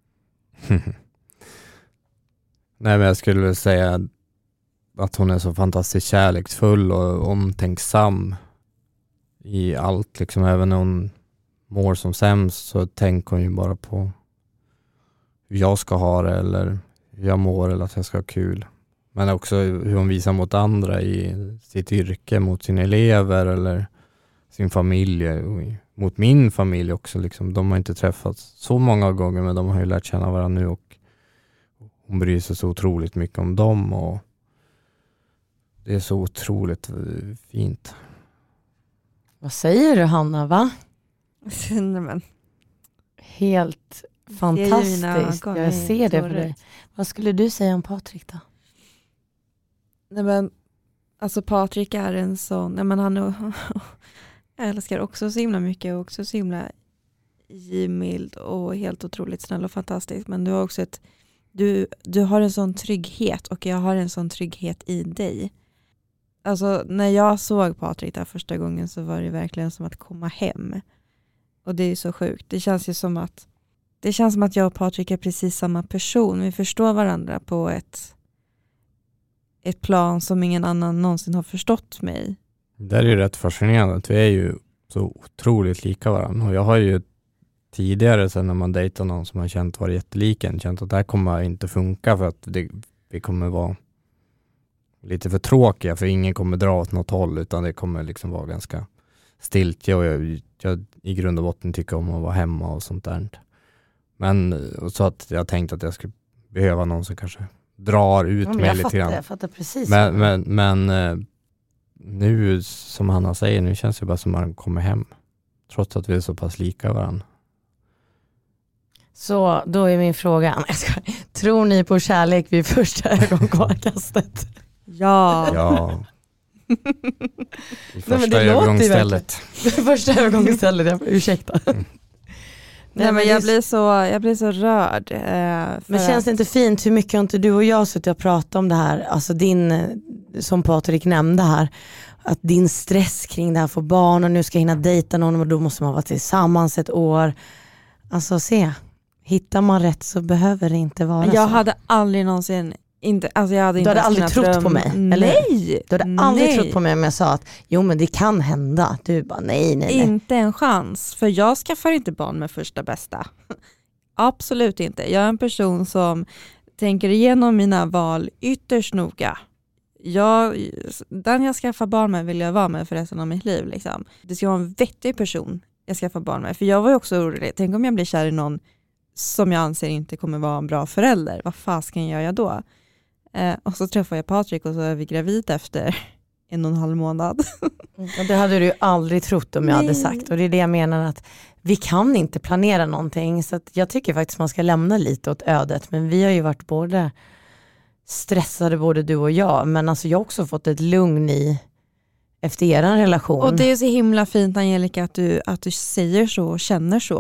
Nej, men jag skulle väl säga att hon är så fantastiskt kärleksfull och omtänksam i allt. Liksom, även när hon mår som sämst så tänker hon ju bara på hur jag ska ha det, eller hur jag mår, eller att jag ska ha kul. Men också hur hon visar mot andra i sitt yrke, mot sina elever eller sin familj, och mot min familj också. Liksom. De har inte träffats så många gånger, men de har ju lärt känna varandra nu, och hon bryr sig så otroligt mycket om dem, och det är så otroligt fint. Vad säger du, Hanna, va? Men. Helt fantastiskt. Jag ser det för dig. Vad skulle du säga om Patrik då? Nej, men alltså Patrik är en sån, nej, men han jag älskar också så himla mycket, och också så himla givmild och helt otroligt snäll och fantastisk, men du har också du har en sån trygghet, och jag har en sån trygghet i dig. Alltså när jag såg Patrik där första gången så var det verkligen som att komma hem. Och det är så sjukt. Det känns ju som att jag och Patrik är precis samma person. Vi förstår varandra på ett plan som ingen annan någonsin har förstått mig. Det är ju rätt fascinerande. Vi är ju så otroligt lika varandra. Och jag har ju tidigare, sen när man dejtar någon som har känt var jätteliken, känt att det här kommer inte funka, för att vi kommer vara lite för tråkiga, för ingen kommer dra åt något håll, utan det kommer liksom vara ganska stiltje, och jag i grund och botten tycker om att vara hemma och sånt där. Men så att jag tänkte att jag skulle behöva någon som kanske drar ut mig lite grann. Jag fattar precis. Men nu, som Hanna säger, nu känns det bara som att man kommer hem, trots att vi är så pass lika varandra. Så då är min fråga, tror ni på kärlek vid första ögonkastet? Ja. I första övergångsstället. Första övergångsstället, ursäkta. Nej, men jag blir så rörd. Men känns det inte fint, hur mycket har inte du och jag suttit och pratat om det här, alltså som Patrik nämnde här, att din stress kring det här för barn och nu ska hinna dejta någon och då måste man vara tillsammans ett år. Alltså hittar man rätt så behöver det inte vara så. Jag hade aldrig någonsin inte, alltså jag hade du hade aldrig trott på mig? Eller? Nej! Du hade aldrig trott på mig om jag sa att jo men det kan hända. Du bara nej. Inte en chans, för jag skaffar inte barn med första bästa. Absolut inte. Jag är en person som tänker igenom mina val ytterst noga. Den jag skaffar barn med vill jag vara med för resten av mitt liv. Liksom. Det ska vara en vettig person jag skaffar barn med. För jag var ju också orolig. Tänk om jag blir kär i någon som jag anser inte kommer vara en bra förälder. Vad fasken gör jag då? Och så träffar jag Patrik och så är vi gravid efter 1,5 månad. Det hade du ju aldrig trott om jag hade sagt. Och det är det jag menar, att vi kan inte planera någonting. Så att jag tycker faktiskt man ska lämna lite åt ödet. Men vi har ju varit både stressade, både du och jag. Men alltså jag har också fått ett lugn efter er relation. Och det är så himla fint, Angelica, att du säger så och känner så.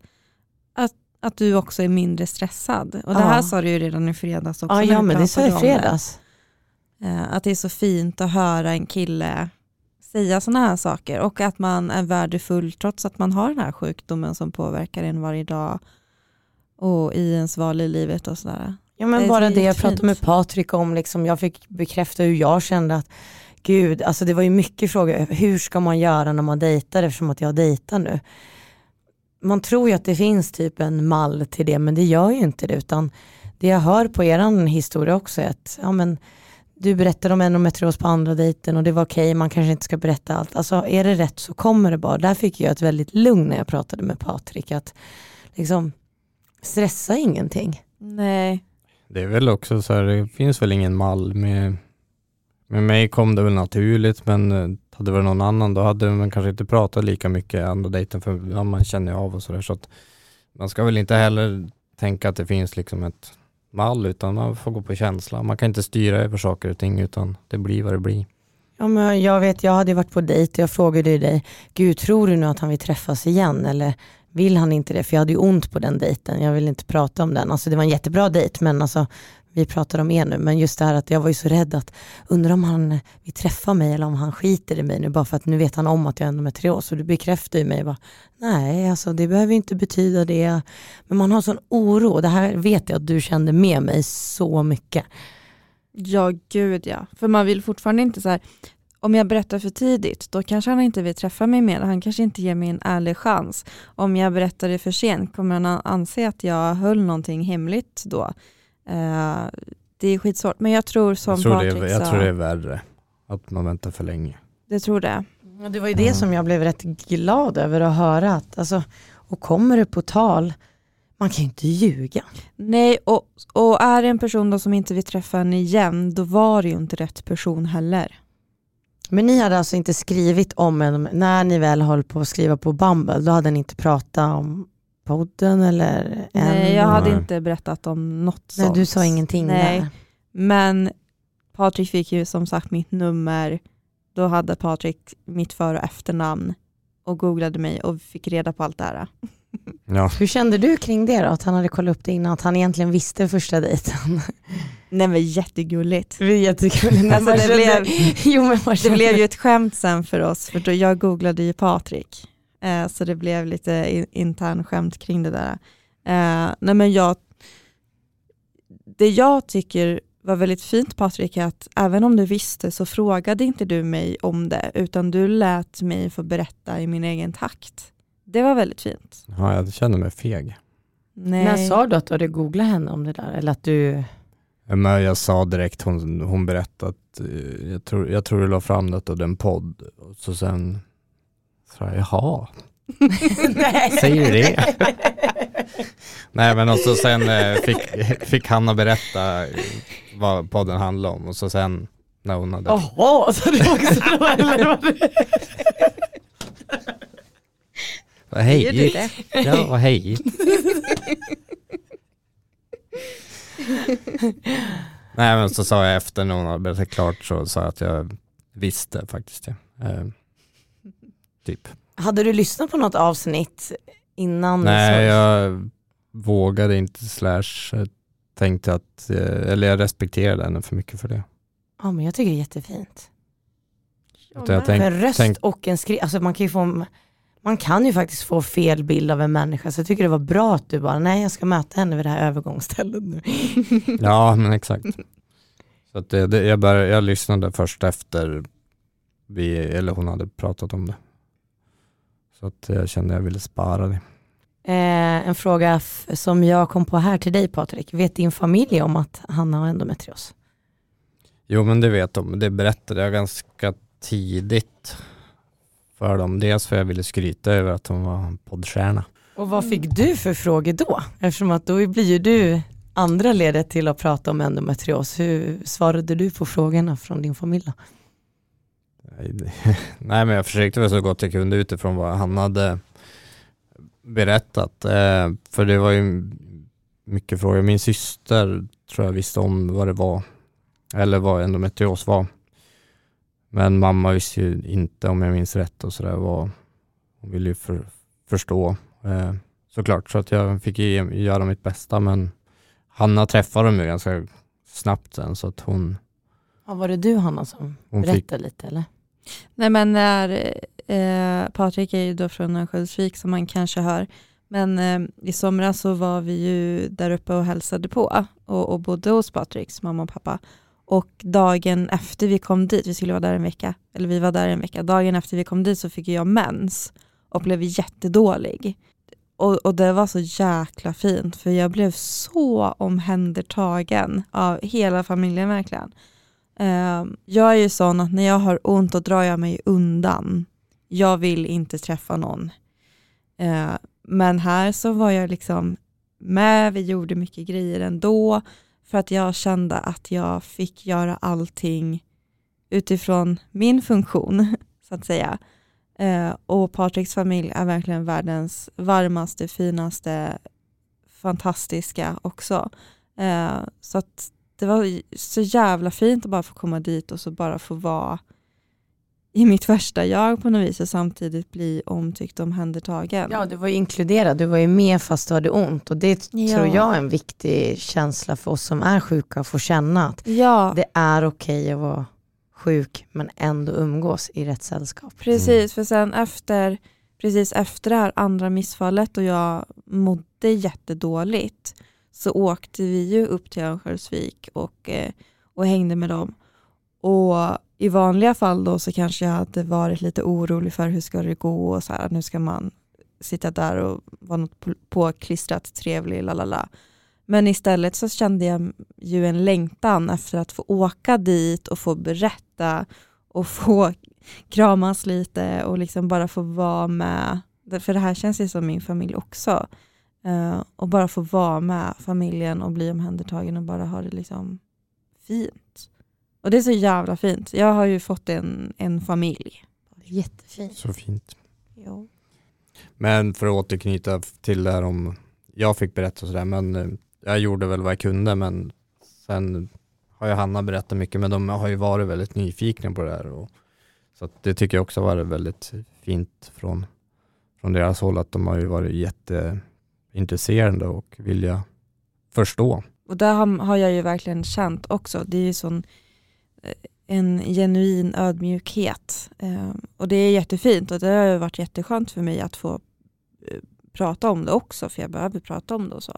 Att du också är mindre stressad. Och det här sa du ju redan i fredags också. Ja, men det sa jag i fredags. Att det är så fint att höra en kille säga såna här saker. Och att man är värdefull trots att man har den här sjukdomen som påverkar en varje dag. Och i ens val i livet och sådär. Ja, men bara det jag pratade med Patrik om. Liksom, jag fick bekräfta hur jag kände att gud, alltså det var ju mycket frågor. Hur ska man göra när man dejtar, eftersom att jag dejtar nu? Man tror ju att det finns typ en mall till det, men det gör ju inte det, utan det jag hör på eran historia också är att du berättar om endometrios på andra dejten och det var okej, man kanske inte ska berätta allt. Alltså är det rätt så kommer det bara. Där fick jag ett väldigt lugn när jag pratade med Patrik, att liksom stressa ingenting. Nej. Det är väl också så här, det finns väl ingen mall med mig, kom det väl naturligt, men hade det varit någon annan då hade man kanske inte pratat lika mycket andra dejten, för man känner av och sådär, så att man ska väl inte heller tänka att det finns liksom ett mall, utan man får gå på känsla. Man kan inte styra över saker och ting, utan det blir vad det blir. Ja, men jag hade varit på dejt och jag frågade dig, gud, tror du nu att han vill träffas igen eller vill han inte det? För jag hade ju ont på den dejten, jag vill inte prata om den. Alltså det var en jättebra dejt, men alltså vi pratar om er nu, men just det här att jag var ju så rädd att undrar om han vill träffa mig eller om han skiter i mig nu, bara för att nu vet han om att jag är endometrios, och du bekräftar ju mig bara, nej alltså det behöver inte betyda det, men man har sån oro. Det här vet jag att du kände med mig så mycket. Ja, gud ja. För man vill fortfarande inte så här, om jag berättar för tidigt, då kanske han inte vill träffa mig mer. Han kanske inte ger mig en ärlig chans. Om jag berättar det för sent, kommer han anse att jag höll någonting hemligt då. Det är skitsvårt. Men jag tror som Patrik sa... Jag tror det är värre att man väntar för länge. Det tror det. Ja, det var ju det som jag blev rätt glad över att höra. Att, alltså, och kommer det på tal, man kan ju inte ljuga. Nej, och är det en person då som inte vill träffa en igen, då var det ju inte rätt person heller. Men ni hade alltså inte skrivit om en, när ni väl höll på att skriva på Bumble, då hade ni inte pratat om podden eller... Nej, jag hade inte berättat om något sånt. Nej, du sa ingenting där. Men Patrik fick ju som sagt mitt nummer. Då hade Patrik mitt för- och efternamn och googlade mig och fick reda på allt det här. Ja. Hur kände du kring det då? Att han hade kollat upp det innan, att han egentligen visste första dejten? Nej, men jättegulligt. Det är jättegulligt. Alltså, det blev ju ett skämt sen för oss, för då jag googlade ju Patrik. Så det blev lite intern skämt kring det där. Nej, men det jag tycker var väldigt fint, Patrik, är att även om du visste så frågade inte du mig om det, utan du lät mig få berätta i min egen takt. Det var väldigt fint. Ja, jag kände mig feg. Nej. Men sa du att du hade googlat henne om det där? Eller att du... Men jag sa direkt, hon berättade att jag tror du la fram det av den podd. Och så sen sa jag, jaha. Säger du det? Nej, men och så sen fick Hanna berätta vad podden handlade om. Och så sen när hon hade... Jaha, så det var också då, eller vad det... Hej. Ja, hej. Nej, men så sa jag efter när hon hade berättat klart, så sa jag att jag visste faktiskt. Ja. Typ. Hade du lyssnat på något avsnitt innan? Nej, jag vågade inte / tänkte att, eller jag respekterade henne för mycket för det. Ja, men jag tycker det är jättefint. Jag För en röst och en alltså man kan ju faktiskt få fel bild av en människa, så jag tycker det var bra att du bara, nej jag ska möta henne vid det här övergångsstället nu. Ja, men exakt. Så att jag lyssnade först efter eller hon hade pratat om det. Så att jag kände att jag ville spara det. En fråga som jag kom på här till dig, Patrik. Vet din familj om att Hanna har endometrios? Jo, men det vet de. Det berättade jag ganska tidigt för dem. Dels för jag ville skryta över att hon var en poddstjärna. Och vad fick du för frågor då? Eftersom att då blir ju du andra ledet till att prata om endometrios. Hur svarade du på frågorna från din familj då? Nej, men jag försökte väl så gott jag kunde utifrån vad han hade berättat. För det var ju mycket frågor. Min syster tror jag visste om vad det var. Eller vad endometrios var. Men mamma visste ju inte, om jag minns rätt, och sådär. Hon ville ju förstå. Såklart, så att jag fick göra mitt bästa. Men Hanna träffade mig ganska snabbt sen. Så att hon... Ja, var det du, Hanna, som berättade lite, eller? Nej, men när Patrik är ju då från Örnsköldsvik, som man kanske hör. Men i somras så var vi ju där uppe och hälsade på. Och bodde hos Patriks mamma och pappa. Och dagen efter vi kom dit, vi var där en vecka. Dagen efter vi kom dit så fick jag mens. Och blev jättedålig. Och det var så jäkla fint. För jag blev så omhändertagen av hela familjen verkligen. Jag är ju sån att när jag har ont då drar jag mig undan. Jag vill inte träffa någon. Men här så var jag liksom med. Vi gjorde mycket grejer ändå. För att jag kände att jag fick göra allting utifrån min funktion, så att säga. Och Patriks familj är verkligen världens varmaste, finaste, fantastiska också. Så att det var så jävla fint att bara få komma dit och så bara få vara i mitt värsta jag på något vis och samtidigt bli omtyckt och omhändertagen. Ja, du var ju inkluderad, du var ju med fast du hade ont, och det tror jag är en viktig känsla för oss som är sjuka, att få känna att det är okej att vara sjuk men ändå umgås i rätt sällskap. Precis, för sen precis efter det här andra missfallet och jag mådde jättedåligt så åkte vi ju upp till Örnsköldsvik och hängde med dem. Och i vanliga fall då så kanske jag hade varit lite orolig för hur ska det gå och så här, nu ska man sitta där och vara något påklistrat, trevlig, lalala. Men istället så kände jag ju en längtan efter att få åka dit och få berätta och få kramas lite och liksom bara få vara med. För det här känns ju som min familj också. Och bara få vara med familjen och bli omhändertagen och bara ha det liksom fint. Och det är så jävla fint. Jag har ju fått en familj. Jättefint. Så fint. Jo. Men för att återknyta till det här om jag fick berätta sådär, men jag gjorde väl vad jag kunde, men sen har ju Hanna berättat mycket, men de har ju varit väldigt nyfikna på det här. Så att det tycker jag också var väldigt fint från deras håll, att de har ju varit jätteintresserade och vilja förstå. Och där har jag ju verkligen känt också. Det är ju en genuin ödmjukhet. Och det är jättefint och det har ju varit jätteskönt för mig att få prata om det också, för jag behöver prata om det och så.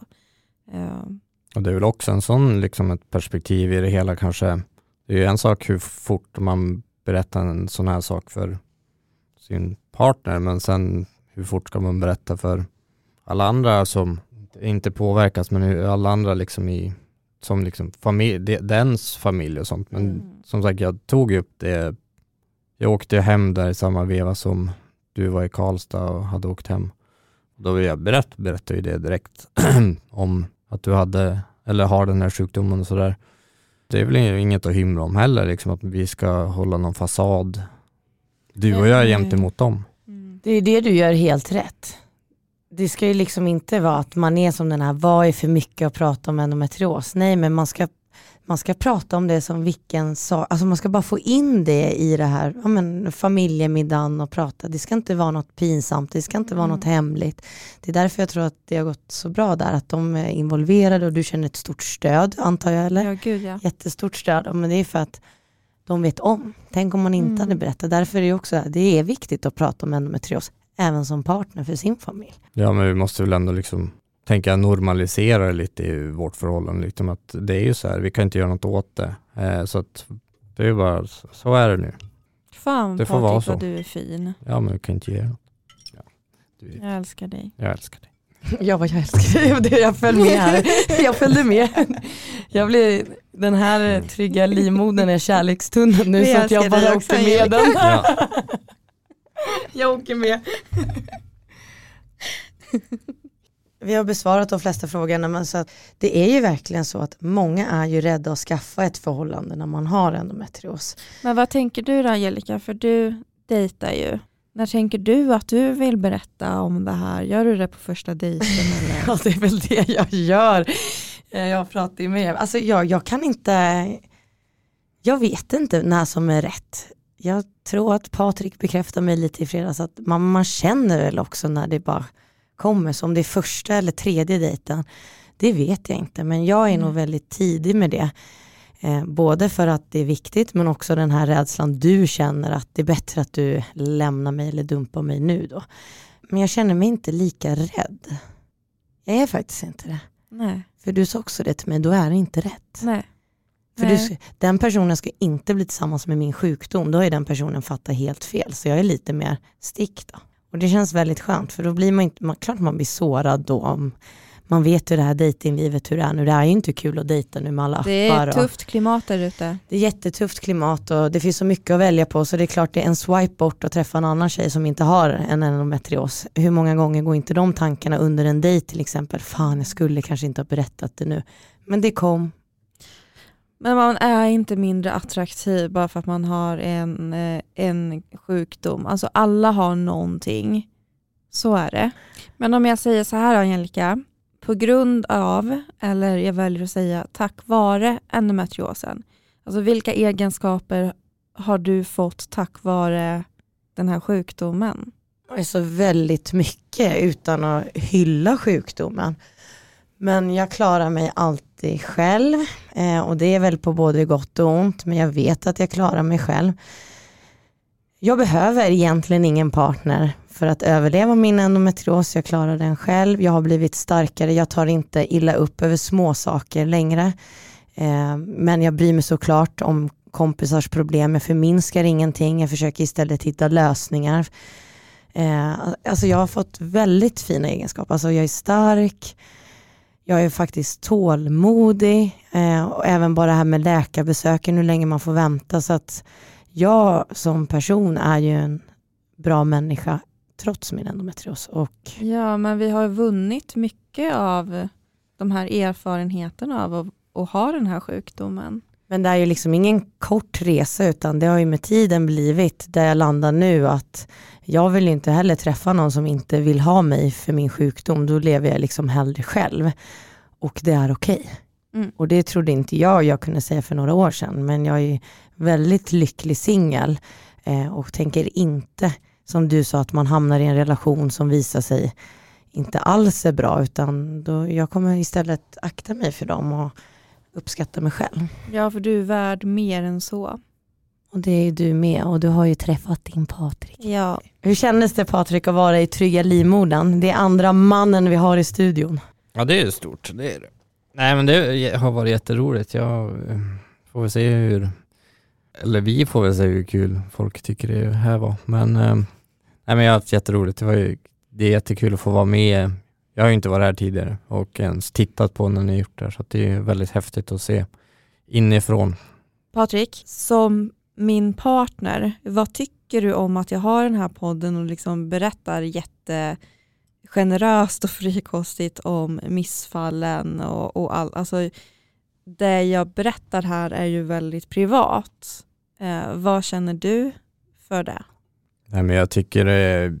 Och det är väl också en sån liksom ett perspektiv i det hela kanske. Det är ju en sak hur fort man berättar en sån här sak för sin partner, men sen hur fort ska man berätta för alla andra som inte påverkas, men alla andra liksom som liksom dens familj och sånt. Men som sagt, jag tog upp det. Jag åkte hem där i samma veva som du var i Karlstad och hade åkt hem. Då vill jag berätta ju det direkt om att du hade eller har den här sjukdomen och sådär. Det är väl inget att hymla om heller, liksom att vi ska hålla någon fasad. Du och jag är jämt emot dem. Det är det du gör helt rätt. Det ska ju liksom inte vara att man är som den här, vad är för mycket att prata om endometrios? Nej, men man ska man ska prata om det som vilken sak, alltså man ska bara få in det i det här, ja men familjemiddagen och prata. Det ska inte vara något pinsamt, det ska inte vara något hemligt. Det är därför jag tror att det har gått så bra där, att de är involverade och du känner ett stort stöd, antar jag, eller? Ja, gud ja. Jättestort stöd, men det är för att de vet om. Tänk om man inte hade berättat. Därför är det också, det är viktigt att prata om endometrios, även som partner för sin familj. Ja, men vi måste väl ändå liksom tänka normalisera lite i vårt förhållande. Liksom att det är ju så här, vi kan inte göra något åt det. Så att det är bara, så är det nu. Fan, det får vara så. Vad du är fin. Ja, men vi kan inte göra något. Ja, jag älskar dig. Jag älskar dig. Ja, vad jag älskar dig. Jag följde med här. Jag följde med. Jag blir, den här trygga livmodern är kärlekstunneln nu, så att jag bara åker med den. Ja. Jag åker med. Vi har besvarat de flesta frågorna, men så att det är ju verkligen så att många är ju rädda att skaffa ett förhållande när man har endometrios. Men vad tänker du då, Angelica? För du dejtar ju. När tänker du att du vill berätta om det här? Gör du det på första dejten? Eller? Ja, det är väl det jag gör. Jag pratar ju med. Alltså jag kan inte, jag vet inte när som är rätt. Jag tror att Patrik bekräftar mig lite i fredags att man känner väl också när det bara kommer, som det är första eller tredje dejten. Det vet jag inte, men jag är nog väldigt tidig med det. Både för att det är viktigt, men också den här rädslan du känner att det är bättre att du lämnar mig eller dumpar mig nu då. Men jag känner mig inte lika rädd. Jag är faktiskt inte det. Nej. För du sa också det till mig, då är det inte rätt. Nej. För den personen ska inte bli tillsammans med min sjukdom. Då är den personen fattat helt fel. Så jag är lite mer stick då. Och det känns väldigt skönt, för då blir man inte, klart man blir sårad då om man vet hur det här dejtinglivet hur det är nu. Det är ju inte kul att dejta nu med alla appar. Det är ett tufft klimat där ute. Det är jättetufft klimat och det finns så mycket att välja på, så det är klart det är en swipe bort att träffa en annan tjej som inte har en endometrios. Hur många gånger går inte de tankarna under en dejt till exempel? Fan, jag skulle kanske inte ha berättat det nu. Men det kom. Men man är inte mindre attraktiv bara för att man har en sjukdom. Alltså alla har någonting. Så är det. Men om jag säger så här, Angelica, på grund av, eller jag väljer att säga tack vare endometriosen. Alltså vilka egenskaper har du fått tack vare den här sjukdomen? Alltså väldigt mycket, utan att hylla sjukdomen. Men jag klarar mig alltid själv. Och det är väl på både gott och ont. Men jag vet att jag klarar mig själv. Jag behöver egentligen ingen partner för att överleva min endometrios. Jag klarar den själv. Jag har blivit starkare. Jag tar inte illa upp över små saker längre. Men jag bryr mig såklart om kompisars problem. Jag förminskar ingenting. Jag försöker istället hitta lösningar. Alltså jag har fått väldigt fina egenskaper. Alltså jag är stark. Jag är faktiskt tålmodig. Och även bara det här med läkarbesöken, hur länge man får vänta. Så att jag som person är ju en bra människa trots min endometrios. Ja, men vi har vunnit mycket av de här erfarenheterna av att ha den här sjukdomen. Men det är ju liksom ingen kort resa, utan det har ju med tiden blivit där jag landar nu, att jag vill inte heller träffa någon som inte vill ha mig för min sjukdom. Då lever jag liksom hellre själv. Och det är okej. Och det trodde inte jag kunde säga för några år sedan. Men jag är väldigt lycklig singel. Och tänker inte, som du sa, att man hamnar i en relation som visar sig inte alls är bra. Utan då, jag kommer istället akta mig för dem och uppskatta mig själv. Ja, för du är värd mer än så. Och det är du med, och du har ju träffat din Patrik. Ja. Hur kändes det, Patrik, att vara i trygga livmodern? Det är andra mannen vi har i studion. Ja, det är stort, det är det. Nej, men det har varit jätteroligt. Jag får väl se vi får väl se hur kul folk tycker det här var. Men jag har haft jätteroligt. Det är jättekul att få vara med. Jag har ju inte varit här tidigare och ens tittat på när ni gjort det. Så det är väldigt häftigt att se inifrån. Patrik, som min partner, vad tycker du om att jag har den här podden och liksom berättar jättegeneröst och frikostigt om missfallen och allt? Alltså, det jag berättar här är ju väldigt privat. Vad känner du för det? Nej, men jag tycker det är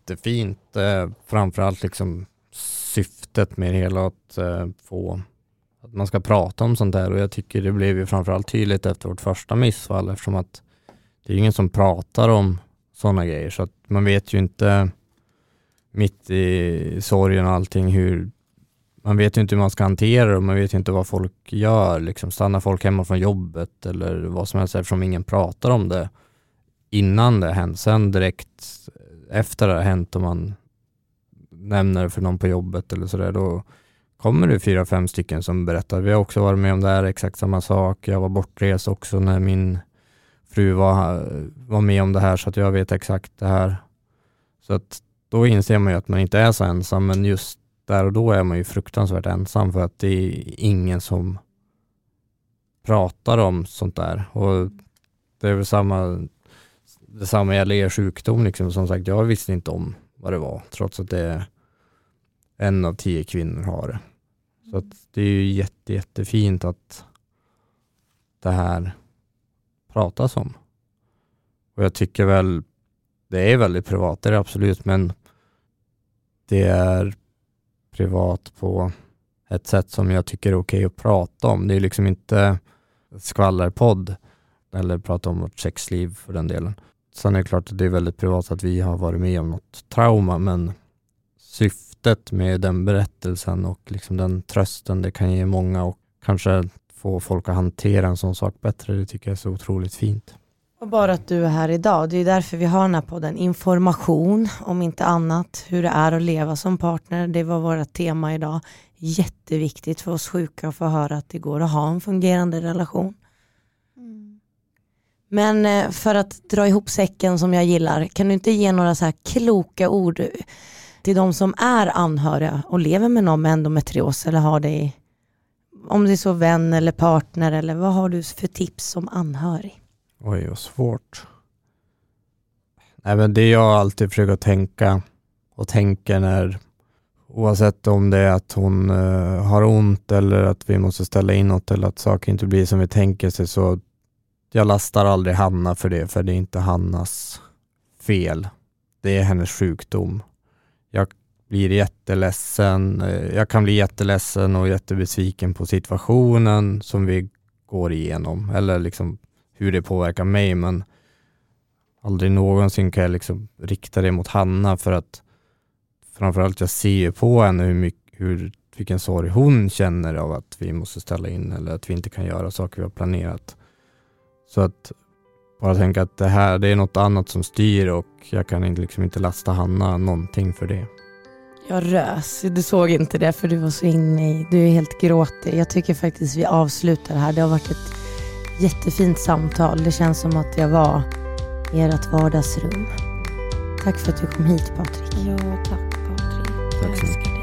jättefint. Framförallt liksom syftet med det hela, att få att man ska prata om sånt där, och jag tycker det blev ju framförallt tydligt efter vårt första missfall, eftersom att det är ingen som pratar om sådana grejer, så att man vet ju inte mitt i sorgen och allting man vet ju inte hur man ska hantera det, och man vet ju inte vad folk gör, liksom stannar folk hemma från jobbet eller vad som helst, eftersom ingen pratar om det innan det hänt. Sen direkt efter det har hänt, om man nämner det för någon på jobbet eller sådär, då kommer det 4-5 stycken som berättar. Vi har också varit med om det här, exakt samma sak. Jag var bortrest också när min fru var med om det här, så att jag vet exakt det här. Så att då inser man ju att man inte är så ensam, men just där och då är man ju fruktansvärt ensam, för att det är ingen som pratar om sånt där. Och det är väl detsamma gäller er sjukdom. Liksom. Som sagt, jag visste inte om vad det var, trots att det är 1 av 10 kvinnor har det. Så att det är ju jättefint att det här pratas om. Och jag tycker väl det är väldigt privat, det är det absolut, men det är privat på ett sätt som jag tycker är okej att prata om. Det är liksom inte skvallerpodd eller prata om vårt sexliv för den delen. Sen är det klart att det är väldigt privat att vi har varit med om något trauma, men syftet med den berättelsen och liksom den trösten det kan ge många, och kanske få folk att hantera en sån sak bättre, det tycker jag är så otroligt fint. Och bara att du är här idag, det är därför vi har den här podden. Information, om inte annat, hur det är att leva som partner. Det var vårt tema idag. Jätteviktigt för oss sjuka att få höra att det går att ha en fungerande relation. Men för att dra ihop säcken som jag gillar, kan du inte ge några så här kloka ord till de som är anhöriga och lever med någon med endometrios, eller har det, om det är så vän eller partner, eller vad har du för tips som anhörig? Oj, vad svårt. Nej, men det jag alltid försöker tänka och tänker när, oavsett om det är att hon har ont eller att vi måste ställa in något eller att saker inte blir som vi tänker sig, så jag lastar aldrig Hanna för det, för det är inte Hannas fel. Det är hennes sjukdom. Jag blir jätteledsen. Jag kan bli jätteledsen och jättebesviken på situationen som vi går igenom, eller liksom hur det påverkar mig, men aldrig någonsin kan jag liksom rikta det mot Hanna, för att framförallt jag ser ju på henne vilken sorg hon känner av att vi måste ställa in eller att vi inte kan göra saker vi har planerat. Så att bara tänka att det är något annat som styr, och jag kan liksom inte lasta Hanna någonting för det. Jag rös, du såg inte det för du var så inne i, du är helt gråtig. Jag tycker faktiskt vi avslutar här. Det har varit ett jättefint samtal. Det känns som att jag var i ert vardagsrum. Tack för att du kom hit, Patrik. Ja, tack Patrik. Tack så mycket.